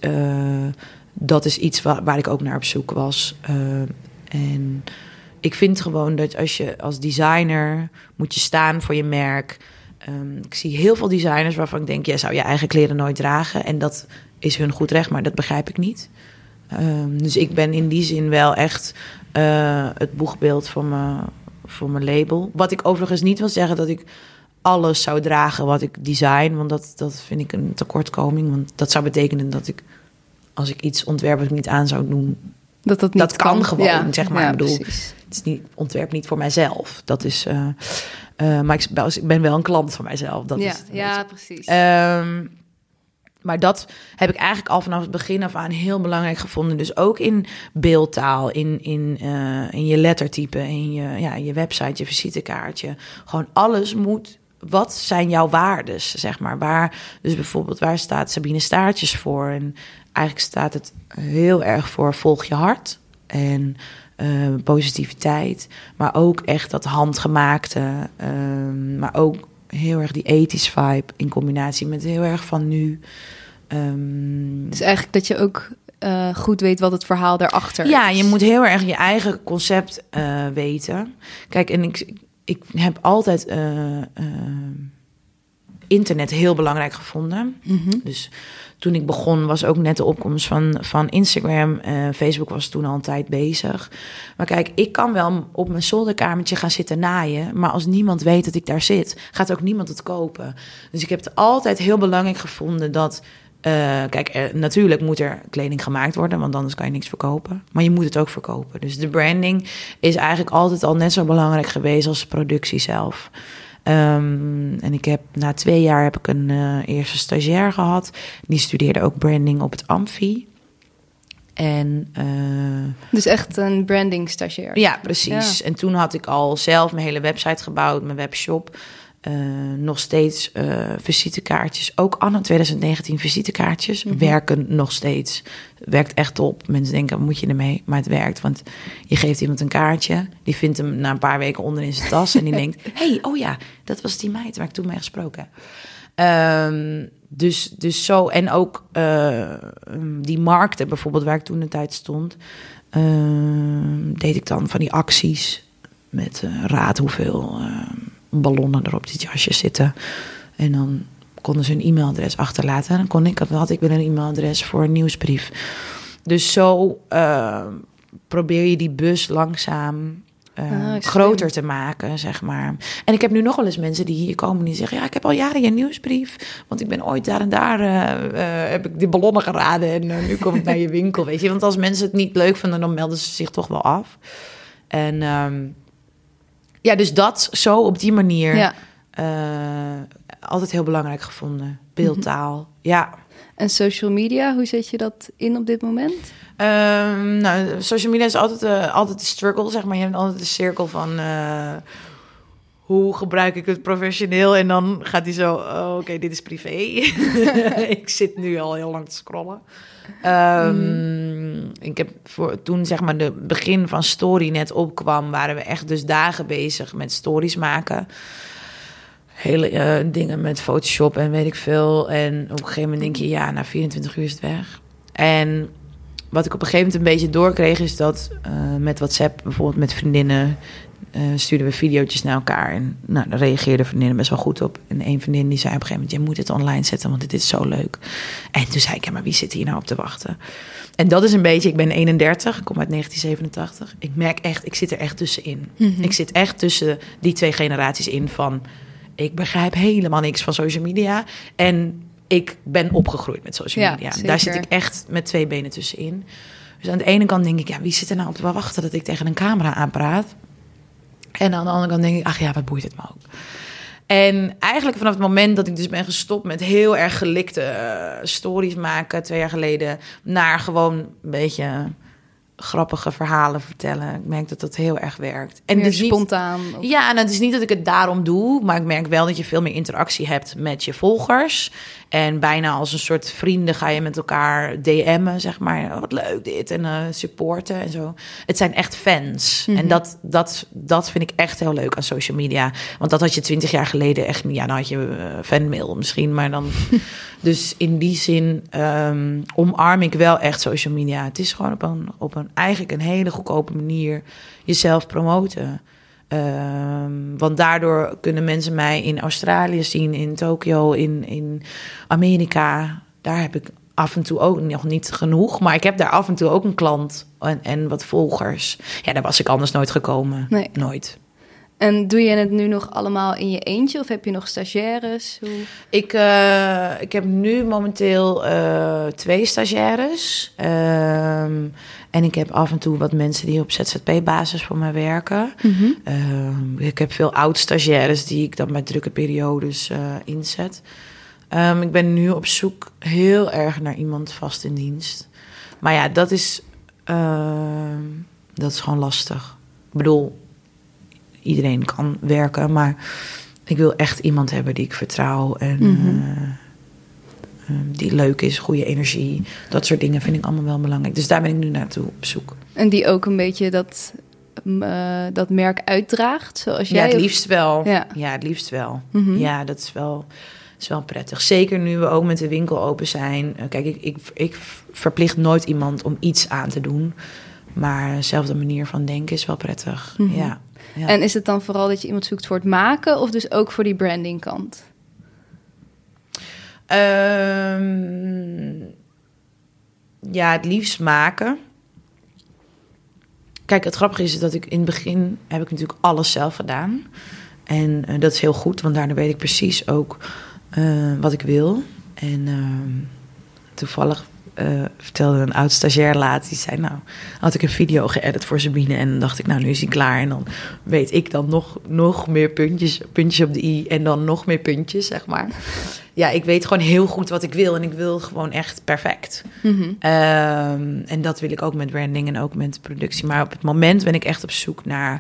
dat is iets waar ik ook naar op zoek was. En ik vind gewoon dat als designer moet je staan voor je merk. Ik zie heel veel designers waarvan ik denk, jij zou je eigen kleren nooit dragen. En dat is hun goed recht, maar dat begrijp ik niet. Dus ik ben in die zin wel echt het boegbeeld voor mijn label. Wat ik overigens niet wil zeggen dat ik alles zou dragen wat ik design. Want dat vind ik een tekortkoming. Want dat zou betekenen dat ik, als ik iets ontwerp wat ik niet aan zou doen, dat kan gewoon, zeg maar. Ja, ik bedoel, precies. het is ontwerp niet voor mijzelf. Dat is, maar ik ben wel een klant van mijzelf. Dat is het precies. Maar dat heb ik eigenlijk al vanaf het begin af aan heel belangrijk gevonden. Dus ook in beeldtaal, in je lettertype, in je website, je visitekaartje. Gewoon alles moet. Wat zijn jouw waardes, zeg maar? Dus bijvoorbeeld, waar staat Sabine Staartjes voor? En eigenlijk staat het heel erg voor volg je hart en positiviteit. Maar ook echt dat handgemaakte. Maar ook heel erg die ethisch vibe in combinatie met heel erg van nu. Dus eigenlijk dat je ook goed weet wat het verhaal daarachter is. Ja, je moet heel erg je eigen concept weten. Kijk, en ik heb altijd internet heel belangrijk gevonden. Dus toen ik begon was ook net de opkomst van Instagram. Facebook was toen al een tijd bezig. Maar kijk, ik kan wel op mijn zolderkamertje gaan zitten naaien, maar als niemand weet dat ik daar zit, gaat ook niemand het kopen. Dus ik heb het altijd heel belangrijk gevonden dat natuurlijk moet er kleding gemaakt worden, want anders kan je niks verkopen. Maar je moet het ook verkopen. Dus de branding is eigenlijk altijd al net zo belangrijk geweest als de productie zelf. En ik heb na 2 jaar heb ik een eerste stagiair gehad. Die studeerde ook branding op het Amfi. En dus echt een branding stagiair. Ja, precies. Ja. En toen had ik al zelf mijn hele website gebouwd, mijn webshop. Nog steeds visitekaartjes. Ook anno 2019 visitekaartjes. Werken nog steeds. Werkt echt op. Mensen denken, wat moet je ermee? Maar het werkt, want je geeft iemand een kaartje. Die vindt hem na een paar weken onder in zijn tas. En die denkt, oh ja, dat was die meid waar ik toen mee gesproken heb. Dus zo. En ook die markten bijvoorbeeld, waar ik toen de tijd stond, deed ik dan van die acties met raad hoeveel ballonnen er op die jasjes zitten. En dan konden ze een e-mailadres achterlaten. En dan had ik weer een e-mailadres voor een nieuwsbrief. Dus zo probeer je die bus langzaam groter te maken, zeg maar. En ik heb nu nog wel eens mensen die hier komen die zeggen... ja, ik heb al jaren je nieuwsbrief, want ik ben ooit daar en daar... heb ik die ballonnen geraden en nu kom ik naar je winkel, weet je. Want als mensen het niet leuk vinden, dan melden ze zich toch wel af. En dus dat zo op die manier... altijd heel belangrijk gevonden. Beeldtaal, ja. En social media, hoe zet je dat in op dit moment? Social media is altijd de struggle, zeg maar. Je hebt altijd de cirkel van... hoe gebruik ik het professioneel? En dan gaat hij zo... oké, dit is privé. Ik zit nu al heel lang te scrollen. Ik heb toen zeg maar de begin van Story net opkwam... waren we echt dus dagen bezig met stories maken... Hele dingen met Photoshop en weet ik veel. En op een gegeven moment denk je... ja, na 24 uur is het weg. En wat ik op een gegeven moment een beetje doorkreeg... is dat met WhatsApp, bijvoorbeeld met vriendinnen... stuurden we video's naar elkaar. En daar reageerden vriendinnen best wel goed op. En één vriendin die zei op een gegeven moment... je moet het online zetten, want dit is zo leuk. En toen zei ik, ja, maar wie zit hier nou op te wachten? En dat is een beetje... ik ben 31, ik kom uit 1987. Ik merk echt, ik zit er echt tussenin. Mm-hmm. Ik zit echt tussen die twee generaties in van... ik begrijp helemaal niks van social media. En ik ben opgegroeid met social media. Ja, daar zit ik echt met 2 benen tussenin. Dus aan de ene kant denk ik... ja, wie zit er nou op te wachten dat ik tegen een camera aanpraat? En aan de andere kant denk ik... ach ja, wat boeit het me ook? En eigenlijk vanaf het moment dat ik dus ben gestopt... met heel erg gelikte stories maken... 2 jaar geleden... naar gewoon een beetje... grappige verhalen vertellen. Ik merk dat dat heel erg werkt. En dus spontaan. Ja, en het is niet dat ik het daarom doe... maar ik merk wel dat je veel meer interactie hebt met je volgers. En bijna als een soort vrienden ga je met elkaar DM'en, zeg maar. Oh, wat leuk dit, en supporten en zo. Het zijn echt fans. Mm-hmm. En dat vind ik echt heel leuk aan social media. Want dat had je 20 jaar geleden echt... ja, dan had je fanmail misschien, maar dan... Dus in die zin omarm ik wel echt social media. Het is gewoon op een eigenlijk een hele goedkope manier jezelf promoten. Want daardoor kunnen mensen mij in Australië zien, in Tokio, in Amerika. Daar heb ik af en toe ook nog niet genoeg. Maar ik heb daar af en toe ook een klant en wat volgers. Ja, daar was ik anders nooit gekomen. Nee. Nooit. En doe je het nu nog allemaal in je eentje? Of heb je nog stagiaires? Hoe? Ik heb nu momenteel 2 stagiaires. En ik heb af en toe wat mensen die op ZZP-basis voor mij werken. Mm-hmm. Ik heb veel oud-stagiaires die ik dan bij drukke periodes inzet. Ik ben nu op zoek heel erg naar iemand vast in dienst. Maar ja, dat is gewoon lastig. Ik bedoel... iedereen kan werken, maar ik wil echt iemand hebben die ik vertrouw en die leuk is, goede energie. Dat soort dingen vind ik allemaal wel belangrijk. Dus daar ben ik nu naartoe op zoek. En die ook een beetje dat merk uitdraagt, zoals jij? Ja, het liefst wel. Ja, het liefst wel. Mm-hmm. Ja, dat is wel prettig. Zeker nu we ook met de winkel open zijn. Kijk, ik verplicht nooit iemand om iets aan te doen. Maar dezelfde manier van denken is wel prettig. Mm-hmm. Ja. Ja. En is het dan vooral dat je iemand zoekt voor het maken... of dus ook voor die branding kant? Ja, het liefst maken. Kijk, het grappige is dat ik in het begin... heb ik natuurlijk alles zelf gedaan. En dat is heel goed, want daardoor weet ik precies ook wat ik wil. En toevallig... vertelde een oud stagiair laatst. Die zei, nou, had ik een video geëdit voor Sabine. En dan dacht ik, nou, nu is hij klaar. En dan weet ik dan nog meer puntjes op de i. En dan nog meer puntjes, zeg maar. Ja, ik weet gewoon heel goed wat ik wil. En ik wil gewoon echt perfect. Mm-hmm. En dat wil ik ook met branding en ook met productie. Maar op het moment ben ik echt op zoek naar...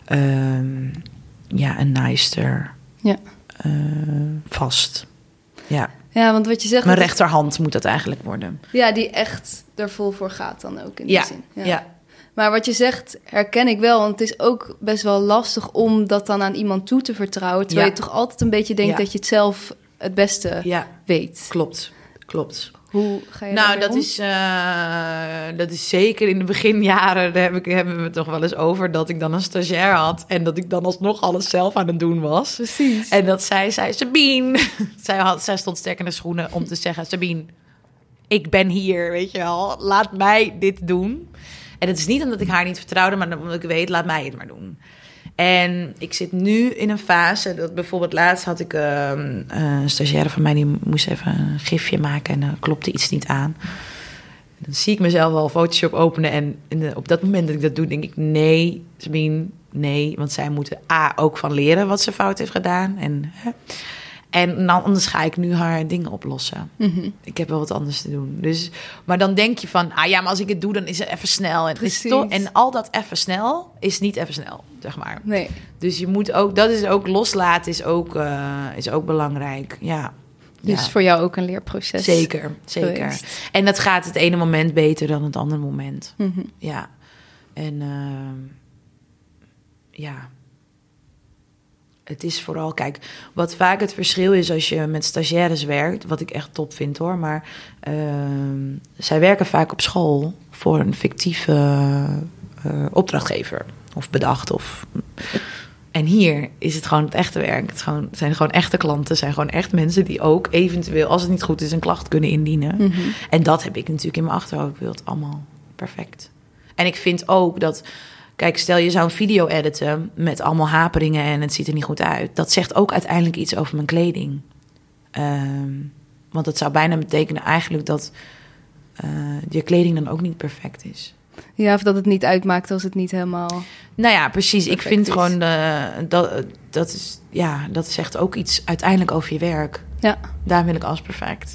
een nicer. Ja. Vast. Ja. Ja, want wat je zegt... Mijn rechterhand moet dat eigenlijk worden. Ja, die echt er vol voor gaat dan ook in die zin. Ja. Maar wat je zegt herken ik wel. Want het is ook best wel lastig om dat dan aan iemand toe te vertrouwen. Terwijl je toch altijd een beetje denkt dat je het zelf het beste weet. Klopt. Hoe ga je dat is zeker in de beginjaren... hebben we het toch wel eens over... dat ik dan een stagiair had... en dat ik dan alsnog alles zelf aan het doen was. Precies. En dat zij zei, Sabine... zij stond sterk in de schoenen om te zeggen... Sabine, ik ben hier, weet je wel. Laat mij dit doen. En het is niet omdat ik haar niet vertrouwde, maar omdat ik weet, laat mij het maar doen. En ik zit nu in een fase dat bijvoorbeeld laatst had ik een stagiaire van mij, die moest even een gifje maken en er klopte iets niet aan. Dan zie ik mezelf al Photoshop openen en op dat moment dat ik dat doe, denk ik, nee, Sabine, nee. Want zij moeten ook van leren wat ze fout heeft gedaan. En anders ga ik nu haar dingen oplossen. Mm-hmm. Ik heb wel wat anders te doen. Dus, maar dan denk je van, maar als ik het doe, dan is het even snel. En al dat even snel is niet even snel, zeg maar. Nee. Dus je moet ook, dat is ook loslaten, is ook belangrijk, ja. Dus voor jou ook een leerproces. Zeker. En dat gaat het ene moment beter dan het andere moment. Mm-hmm. Ja. En het is vooral, kijk, wat vaak het verschil is als je met stagiaires werkt, wat ik echt top vind hoor, maar zij werken vaak op school voor een fictieve opdrachtgever of bedacht of... En hier is het gewoon het echte werk. Het zijn gewoon echte klanten. Zijn gewoon echt mensen die ook eventueel, als het niet goed is, een klacht kunnen indienen. Mm-hmm. En dat heb ik natuurlijk in mijn achterhoofd. Ik wil het allemaal perfect. En ik vind ook dat... Kijk, stel je zou een video editen met allemaal haperingen en het ziet er niet goed uit. Dat zegt ook uiteindelijk iets over mijn kleding. Want het zou bijna betekenen eigenlijk dat je kleding dan ook niet perfect is. Ja, of dat het niet uitmaakt als het niet helemaal... Nou ja, precies. Ik vind is. Gewoon dat zegt ook iets uiteindelijk over je werk. Ja. Daar wil ik alles perfect.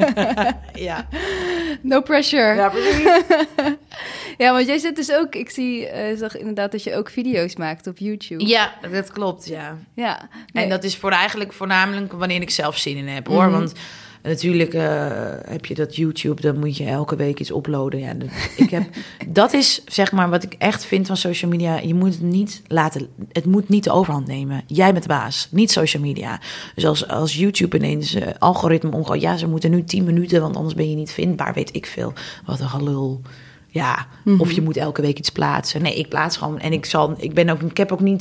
Ja. No pressure. Ja, precies. Ja, want jij zit dus ook... Ik zag inderdaad dat je ook video's maakt op YouTube. Ja, dat klopt, ja. Ja. Nee. En dat is eigenlijk voornamelijk wanneer ik zelf zin in heb, hoor. Mm-hmm. Want natuurlijk heb je dat YouTube, dan moet je elke week iets uploaden. Ja, dat is zeg maar wat ik echt vind van social media. Je moet het niet laten, het moet niet de overhand nemen. Jij bent de baas, niet social media. Dus als YouTube ineens algoritme omgaat, ja, ze moeten nu 10 minuten, want anders ben je niet vindbaar, weet ik veel. Wat een gelul. Ja, mm-hmm. Of je moet elke week iets plaatsen. Nee, ik plaats gewoon. En ik heb ook niet...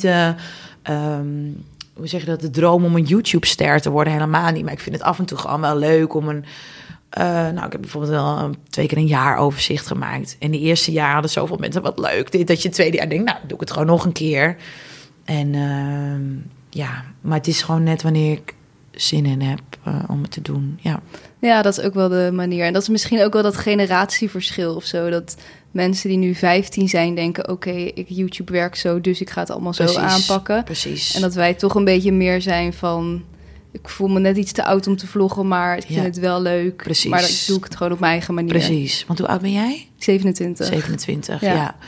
hoe zeg je dat, de droom om een YouTube-ster te worden, helemaal niet. Maar ik vind het af en toe gewoon wel leuk om een... ik heb bijvoorbeeld wel 2 keer een jaaroverzicht gemaakt. En de eerste jaar hadden zoveel mensen wat leuk. Dat je het tweede jaar denkt, nou, doe ik het gewoon nog een keer. En maar het is gewoon net wanneer ik zin in heb om het te doen, ja. Ja, dat is ook wel de manier. En dat is misschien ook wel dat generatieverschil of zo. Dat mensen die nu 15 zijn denken, oké, ik YouTube werk zo, dus ik ga het allemaal zo aanpakken. Precies. En dat wij toch een beetje meer zijn van... Ik voel me net iets te oud om te vloggen, maar ik vind het wel leuk. Precies. Maar dan doe ik het gewoon op mijn eigen manier. Precies. Want hoe oud ben jij? 27. 27,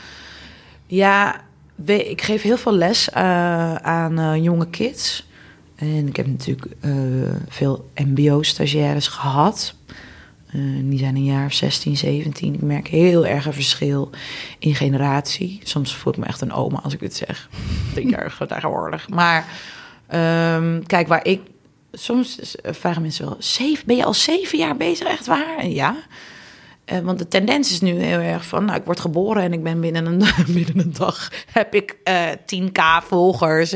ja. Ik geef heel veel les aan jonge kids. En ik heb natuurlijk veel mbo-stagiaires gehad. Die zijn een jaar of 16, 17. Ik merk heel erg een verschil in generatie. Soms voel ik me echt een oma als ik dit zeg. 10 jaar tegenwoordig. Maar kijk, waar ik... Soms vragen mensen wel... Ben je al 7 jaar bezig, echt waar? En ja. Want de tendens is nu heel erg van... ik word geboren en ik ben binnen een dag... heb ik 10.000 volgers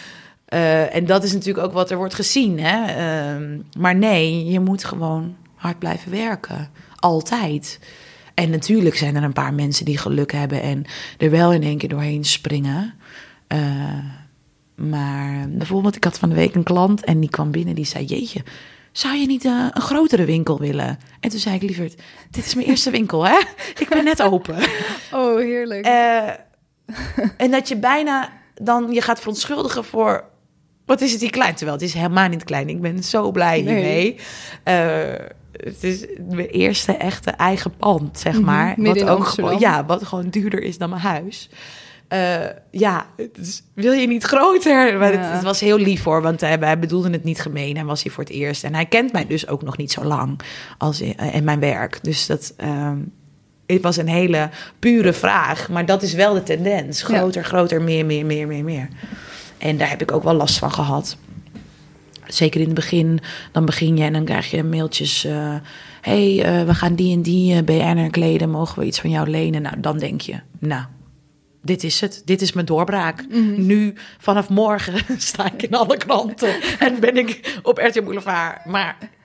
en dat is natuurlijk ook wat er wordt gezien. Hè? Maar nee, je moet gewoon hard blijven werken. Altijd. En natuurlijk zijn er een paar mensen die geluk hebben... en er wel in één keer doorheen springen. Maar bijvoorbeeld, ik had van de week een klant... en die kwam binnen, die zei... Jeetje, zou je niet een grotere winkel willen? En toen zei ik, lieverd, dit is mijn eerste winkel, hè? Ik ben net open. Oh, heerlijk. En dat je bijna dan je gaat verontschuldigen voor... Wat is het hier klein? Terwijl het is helemaal niet klein. Ik ben zo blij hiermee. Het is mijn eerste echte eigen pand, zeg maar. Midden in Amsterdam. Wat gewoon duurder is dan mijn huis. Dus wil je niet groter? Maar het was heel lief hoor, want hij bedoelde het niet gemeen. Hij was hier voor het eerst. En hij kent mij dus ook nog niet zo lang als in mijn werk. Dus dat... Het was een hele pure vraag. Maar dat is wel de tendens. Groter, groter, meer. En daar heb ik ook wel last van gehad. Zeker in het begin. Dan begin je en dan krijg je mailtjes. We gaan die en die BN'er kleden. Mogen we iets van jou lenen? Nou, dan denk je, dit is het. Dit is mijn doorbraak. Mm-hmm. Nu, vanaf morgen, sta ik in alle kranten. En ben ik op RTL Boulevard. Maar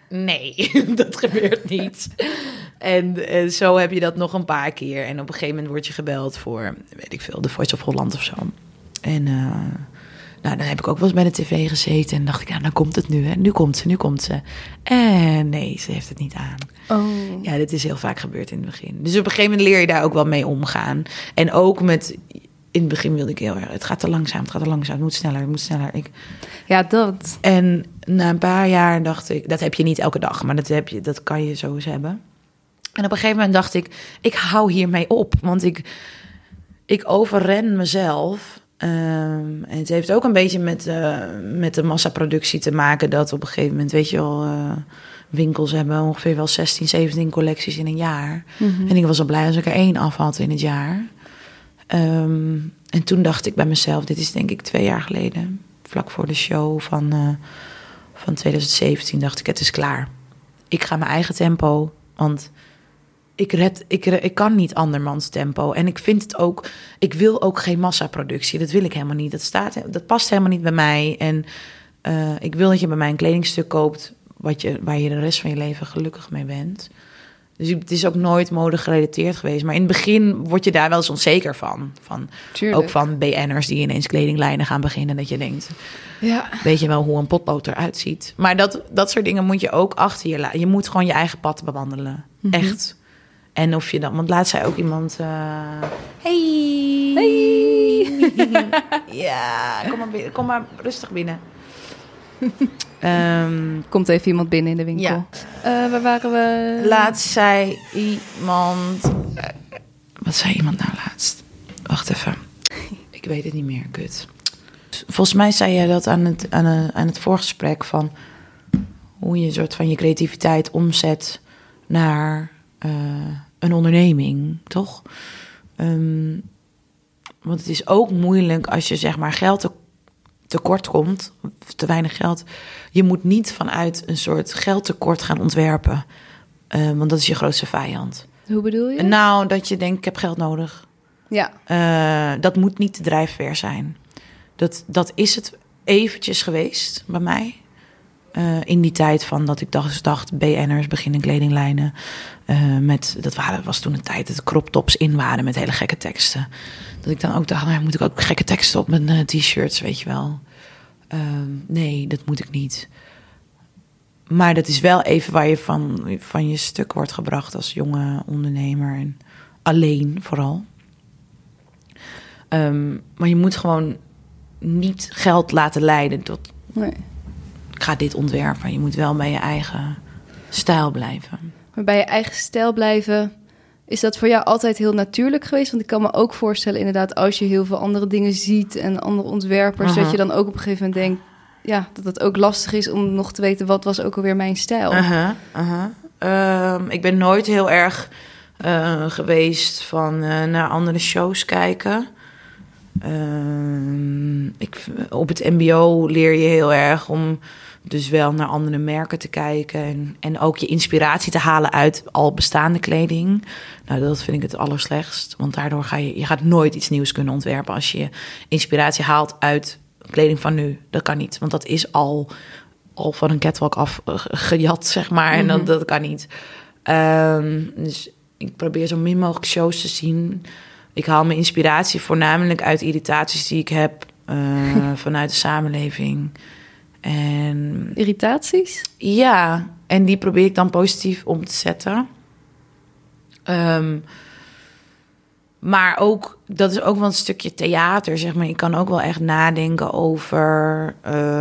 nee, dat gebeurt niet. En zo heb je dat nog een paar keer. En op een gegeven moment word je gebeld voor, weet ik veel, de Voice of Holland of zo. En dan heb ik ook wel eens bij de tv gezeten. En dacht ik, dan komt het nu, hè. Nu komt ze. En nee, ze heeft het niet aan. Oh. Ja, dit is heel vaak gebeurd in het begin. Dus op een gegeven moment leer je daar ook wel mee omgaan. En ook met... In het begin wilde ik heel erg... Het gaat te langzaam. Het moet sneller. Ja, dat. En na een paar jaar dacht ik... Dat heb je niet elke dag, maar dat kan je zo eens hebben. En op een gegeven moment dacht ik hou hiermee op. Want ik overren mezelf... en het heeft ook een beetje met de massaproductie te maken... dat op een gegeven moment, weet je wel... winkels hebben ongeveer wel 16, 17 collecties in een jaar. Mm-hmm. En ik was al blij als ik er 1 af had in het jaar. En toen dacht ik bij mezelf... Dit is denk ik 2 jaar geleden. Vlak voor de show van 2017 dacht ik... Het is klaar. Ik ga mijn eigen tempo. Want ik kan niet andermans tempo. En ik vind het ook... Ik wil ook geen massaproductie. Dat wil ik helemaal niet. Dat past helemaal niet bij mij. En ik wil dat je bij mij een kledingstuk koopt... waar je de rest van je leven gelukkig mee bent. Dus het is ook nooit mode gerelateerd geweest. Maar in het begin word je daar wel eens onzeker van. Ook van BN'ers die ineens kledinglijnen gaan beginnen. Dat je denkt, weet je wel hoe een potlood eruit ziet. Maar dat soort dingen moet je ook achter je laten. Je moet gewoon je eigen pad bewandelen. Mm-hmm. Echt. En of je dan... Want laatst zei ook iemand... Hey! Ja, kom maar rustig binnen. Komt even iemand binnen in de winkel. Ja. Waar waren we? Laatst zei iemand... wat zei iemand nou laatst? Wacht even. Ik weet het niet meer, kut. Volgens mij zei jij dat aan het voorgesprek... van hoe je een soort van je creativiteit omzet... naar een onderneming, toch? Want het is ook moeilijk als je zeg maar geld tekort komt, te weinig geld. Je moet niet vanuit een soort geldtekort gaan ontwerpen. Want dat is je grootste vijand. Hoe bedoel je? Nou, dat je denkt, ik heb geld nodig. Ja. Dat moet niet de drijfveer zijn. Dat is het eventjes geweest bij mij. In die tijd van dat ik dacht BN'ers beginnen kledinglijnen. Was toen een tijd dat crop tops in waren met hele gekke teksten. Dat ik dan ook dacht, moet ik ook gekke teksten op mijn t-shirts, weet je wel. Nee, dat moet ik niet. Maar dat is wel even waar je van je stuk wordt gebracht als jonge ondernemer. En alleen vooral. Maar je moet gewoon niet geld laten leiden tot... Nee. Ik ga dit ontwerpen. Je moet wel bij je eigen stijl blijven. Maar bij je eigen stijl blijven... Is dat voor jou altijd heel natuurlijk geweest? Want ik kan me ook voorstellen inderdaad... als je heel veel andere dingen ziet en andere ontwerpers... dat je dan ook op een gegeven moment denkt... ja, dat het ook lastig is om nog te weten... wat was ook alweer mijn stijl? Ik ben nooit heel erg geweest van naar andere shows kijken. Op het mbo leer je heel erg om... dus wel naar andere merken te kijken... en ook je inspiratie te halen uit al bestaande kleding. Nou, dat vind ik het allerslechtst. Want daardoor je gaat nooit iets nieuws kunnen ontwerpen... als je inspiratie haalt uit kleding van nu. Dat kan niet, want dat is al van een catwalk af gejat, zeg maar. Mm-hmm. En dat kan niet. Dus ik probeer zo min mogelijk shows te zien. Ik haal mijn inspiratie voornamelijk uit irritaties die ik heb... vanuit de samenleving... En, irritaties? Ja, en die probeer ik dan positief om te zetten. Maar ook, dat is ook wel een stukje theater, zeg maar. Ik kan ook wel echt nadenken over...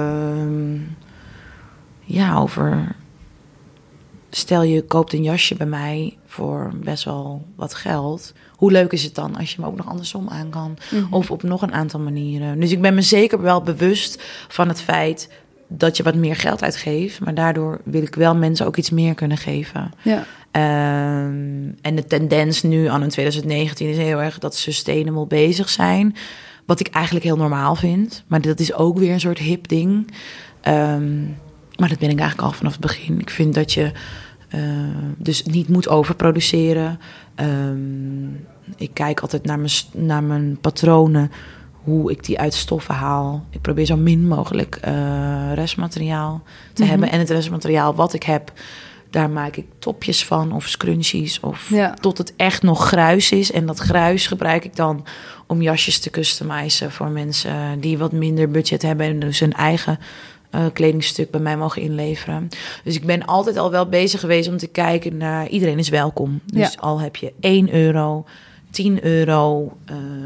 over... Stel, je koopt een jasje bij mij voor best wel wat geld. Hoe leuk is het dan als je hem ook nog andersom aan kan? Mm-hmm. Of op nog een aantal manieren. Dus ik ben me zeker wel bewust van het feit... dat je wat meer geld uitgeeft. Maar daardoor wil ik wel mensen ook iets meer kunnen geven. Ja. En de tendens nu aan in 2019 is heel erg dat sustainable bezig zijn. Wat ik eigenlijk heel normaal vind. Maar dat is ook weer een soort hip ding. Maar dat ben ik eigenlijk al vanaf het begin. Ik vind dat je dus niet moet overproduceren. Ik kijk altijd naar mijn patronen... hoe ik die uit stoffen haal. Ik probeer zo min mogelijk restmateriaal te hebben. En het restmateriaal wat ik heb, daar maak ik topjes van of scrunchies. Of tot het echt nog gruis is. En dat gruis gebruik ik dan om jasjes te customizen voor mensen die wat minder budget hebben en dus hun eigen kledingstuk bij mij mogen inleveren. Dus ik ben altijd al wel bezig geweest om te kijken naar iedereen is welkom. Dus al heb je €1, €10,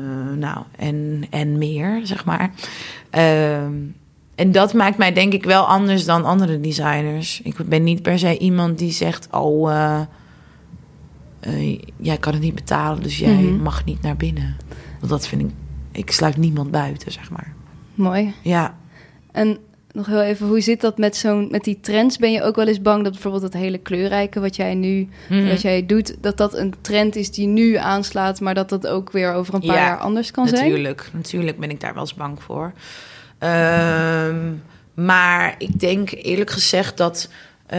en meer, zeg maar. En dat maakt mij denk ik wel anders dan andere designers. Ik ben niet per se iemand die zegt, jij kan het niet betalen, dus jij mag niet naar binnen. Want dat vind ik sluit niemand buiten, zeg maar. Mooi. Ja. En nog heel even, hoe zit dat met die trends? Ben je ook wel eens bang dat bijvoorbeeld dat hele kleurrijke wat jij nu wat jij doet, dat een trend is die nu aanslaat, maar dat ook weer over een paar jaar anders kan zijn? Natuurlijk ben ik daar wel eens bang voor. Maar ik denk eerlijk gezegd dat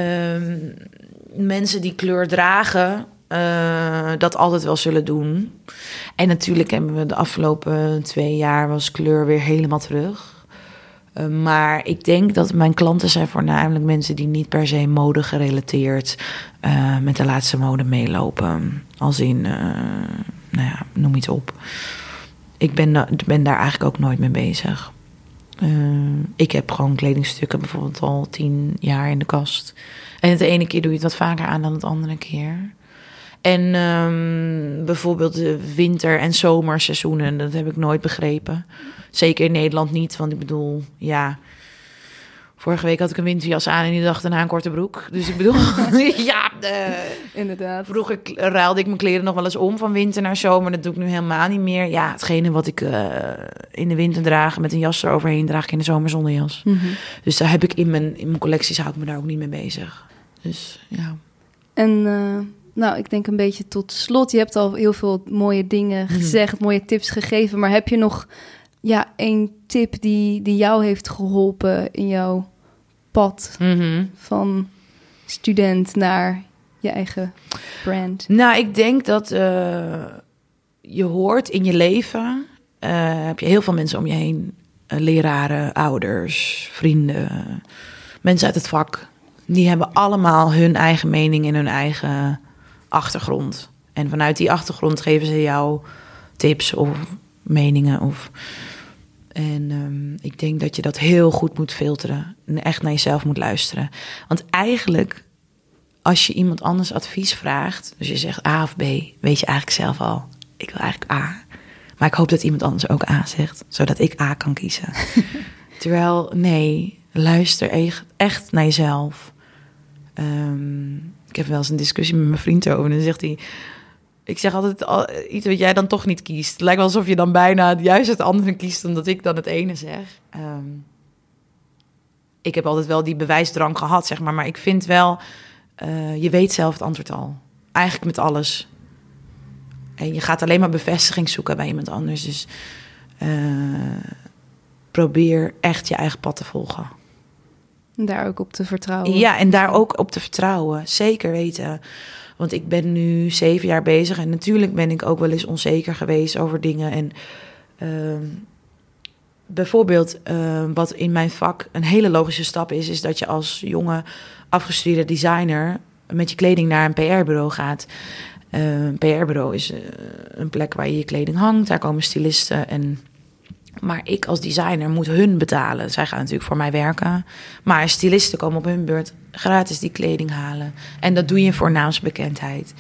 mensen die kleur dragen dat altijd wel zullen doen. En natuurlijk hebben we de afgelopen 2 jaar was kleur weer helemaal terug. Maar ik denk dat mijn klanten zijn voornamelijk mensen die niet per se mode gerelateerd met de laatste mode meelopen. Als in, noem iets op. Ik ben daar eigenlijk ook nooit mee bezig. Ik heb gewoon kledingstukken bijvoorbeeld al 10 jaar in de kast. En de ene keer doe je het wat vaker aan dan het andere keer. En bijvoorbeeld de winter- en zomerseizoenen, dat heb ik nooit begrepen. Zeker in Nederland niet, want ik bedoel, vorige week had ik een winterjas aan en die dag daarna een korte broek. Dus ik bedoel, inderdaad. Vroeger ruilde ik mijn kleren nog wel eens om van winter naar zomer. Dat doe ik nu helemaal niet meer. Ja, hetgene wat ik in de winter draag met een jas eroverheen, draag ik in de zomer zonder jas. Mm-hmm. Dus daar heb ik in mijn collecties, hou ik me daar ook niet mee bezig. Dus ja. En ik denk een beetje tot slot. Je hebt al heel veel mooie dingen gezegd, mooie tips gegeven. Maar heb je nog één tip die jou heeft geholpen in jouw pad van student naar je eigen brand? Nou, ik denk dat je hoort in je leven, heb je heel veel mensen om je heen. Leraren, ouders, vrienden, mensen uit het vak. Die hebben allemaal hun eigen mening en hun eigen achtergrond. En vanuit die achtergrond geven ze jou tips of meningen. En ik denk dat je dat heel goed moet filteren. En echt naar jezelf moet luisteren. Want eigenlijk, als je iemand anders advies vraagt, dus je zegt A of B, weet je eigenlijk zelf al, ik wil eigenlijk A. Maar ik hoop dat iemand anders ook A zegt, zodat ik A kan kiezen. Terwijl, nee, luister echt naar jezelf. Ik heb wel eens een discussie met mijn vriend over. En dan zegt hij, ik zeg altijd iets wat jij dan toch niet kiest. Het lijkt wel alsof je dan bijna juist het andere kiest, omdat ik dan het ene zeg. Ik heb altijd wel die bewijsdrang gehad, zeg maar. Maar ik vind wel, je weet zelf het antwoord al. Eigenlijk met alles. En je gaat alleen maar bevestiging zoeken bij iemand anders. Dus probeer echt je eigen pad te volgen. En daar ook op te vertrouwen. Ja, en daar ook op te vertrouwen. Zeker weten. Want ik ben nu 7 jaar bezig. En natuurlijk ben ik ook wel eens onzeker geweest over dingen. En bijvoorbeeld wat in mijn vak een hele logische stap is dat je als jonge afgestudeerde designer met je kleding naar een PR-bureau gaat. Een PR-bureau is een plek waar je je kleding hangt. Daar komen stylisten maar ik als designer moet hun betalen. Zij gaan natuurlijk voor mij werken. Maar stylisten komen op hun beurt gratis die kleding halen. En dat doe je voor naamsbekendheid.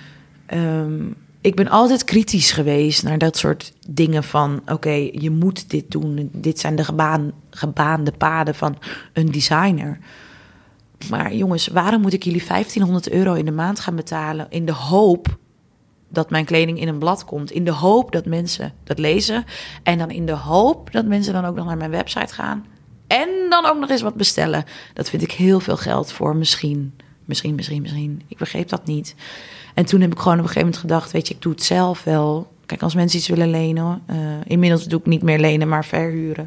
Ik ben altijd kritisch geweest naar dat soort dingen van, oké, je moet dit doen. Dit zijn de gebaande paden van een designer. Maar jongens, waarom moet ik jullie €1.500 in de maand gaan betalen in de hoop dat mijn kleding in een blad komt, in de hoop dat mensen dat lezen en dan in de hoop dat mensen dan ook nog naar mijn website gaan en dan ook nog eens wat bestellen? Dat vind ik heel veel geld voor misschien. Ik begreep dat niet. En toen heb ik gewoon op een gegeven moment gedacht, weet je, ik doe het zelf wel. Kijk, als mensen iets willen lenen, inmiddels doe ik niet meer lenen, maar verhuren.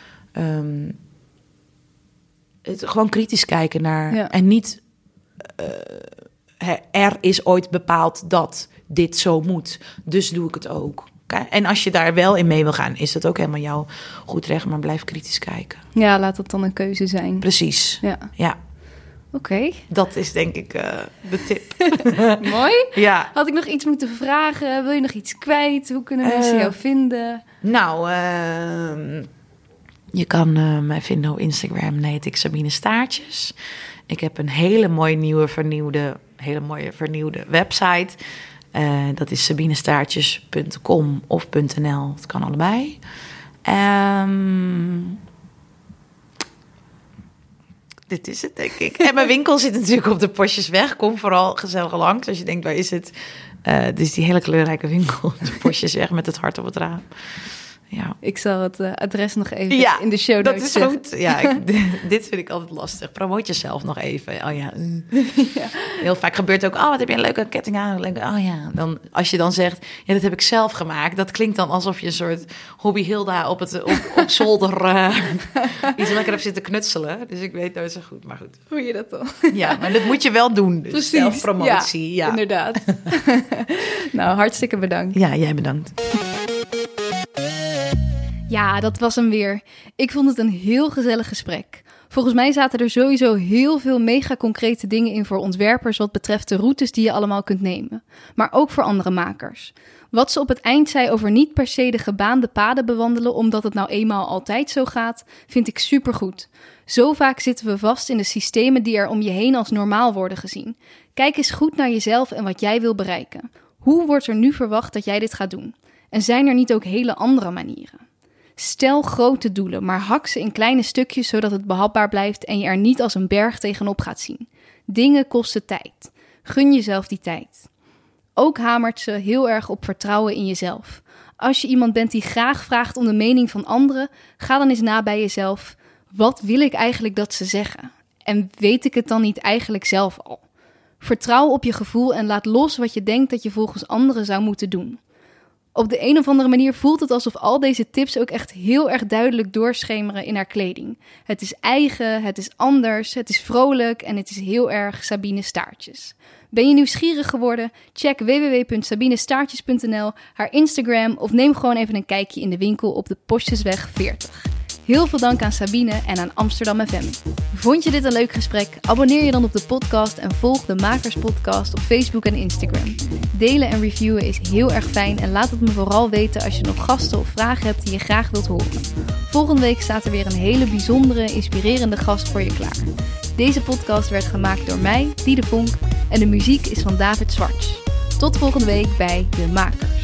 Gewoon kritisch kijken naar en niet er is ooit bepaald dat dit zo moet, dus doe ik het ook. En als je daar wel in mee wil gaan, is dat ook helemaal jouw goed recht. Maar blijf kritisch kijken. Ja, laat dat dan een keuze zijn. Precies. Ja. Oké. Dat is denk ik de tip. Mooi. Ja. Had ik nog iets moeten vragen? Wil je nog iets kwijt? Hoe kunnen mensen jou vinden? Nou, je kan mij vinden op Instagram. Heet ik Sabine Staartjes. Ik heb een hele mooie vernieuwde website. Dat is sabinestaartjes.com of .nl. Het kan allebei. Dit is het, denk ik. En mijn winkel zit natuurlijk op de Postjesweg. Kom vooral gezellig langs als je denkt, waar is het? Dit is die hele kleurrijke winkel op de Postjesweg met het hart op het raam. Ja. Ik zal het adres nog even in de show notes dat is goed. Ja, dit vind ik altijd lastig. Promoot jezelf nog even. Oh ja. Heel vaak gebeurt ook, wat heb je een leuke ketting aan? Oh ja. Dan, als je dan zegt, ja, dat heb ik zelf gemaakt. Dat klinkt dan alsof je een soort hobby Hilda op zolder iets lekker hebt zitten knutselen. Dus ik weet nooit zo goed, maar goed. Hoe je dat dan? Ja, maar dat moet je wel doen. Dus precies. Zelfpromotie. Ja, inderdaad. Nou, hartstikke bedankt. Ja, jij bedankt. Ja, dat was hem weer. Ik vond het een heel gezellig gesprek. Volgens mij zaten er sowieso heel veel mega concrete dingen in voor ontwerpers wat betreft de routes die je allemaal kunt nemen. Maar ook voor andere makers. Wat ze op het eind zei over niet per se de gebaande paden bewandelen omdat het nou eenmaal altijd zo gaat, vind ik supergoed. Zo vaak zitten we vast in de systemen die er om je heen als normaal worden gezien. Kijk eens goed naar jezelf en wat jij wil bereiken. Hoe wordt er nu verwacht dat jij dit gaat doen? En zijn er niet ook hele andere manieren? Stel grote doelen, maar hak ze in kleine stukjes zodat het behapbaar blijft en je er niet als een berg tegenop gaat zien. Dingen kosten tijd. Gun jezelf die tijd. Ook hamert ze heel erg op vertrouwen in jezelf. Als je iemand bent die graag vraagt om de mening van anderen, ga dan eens na bij jezelf. Wat wil ik eigenlijk dat ze zeggen? En weet ik het dan niet eigenlijk zelf al? Vertrouw op je gevoel en laat los wat je denkt dat je volgens anderen zou moeten doen. Op de een of andere manier voelt het alsof al deze tips ook echt heel erg duidelijk doorschemeren in haar kleding. Het is eigen, het is anders, het is vrolijk en het is heel erg Sabine Staartjes. Ben je nieuwsgierig geworden? Check www.sabinestaartjes.nl, haar Instagram of neem gewoon even een kijkje in de winkel op de Postjesweg 40. Heel veel dank aan Sabine en aan Amsterdam FM. Vond je dit een leuk gesprek? Abonneer je dan op de podcast en volg de Makers Podcast op Facebook en Instagram. Delen en reviewen is heel erg fijn en laat het me vooral weten als je nog gasten of vragen hebt die je graag wilt horen. Volgende week staat er weer een hele bijzondere, inspirerende gast voor je klaar. Deze podcast werd gemaakt door mij, Diede Vonk, en de muziek is van David Zwarts. Tot volgende week bij De Makers.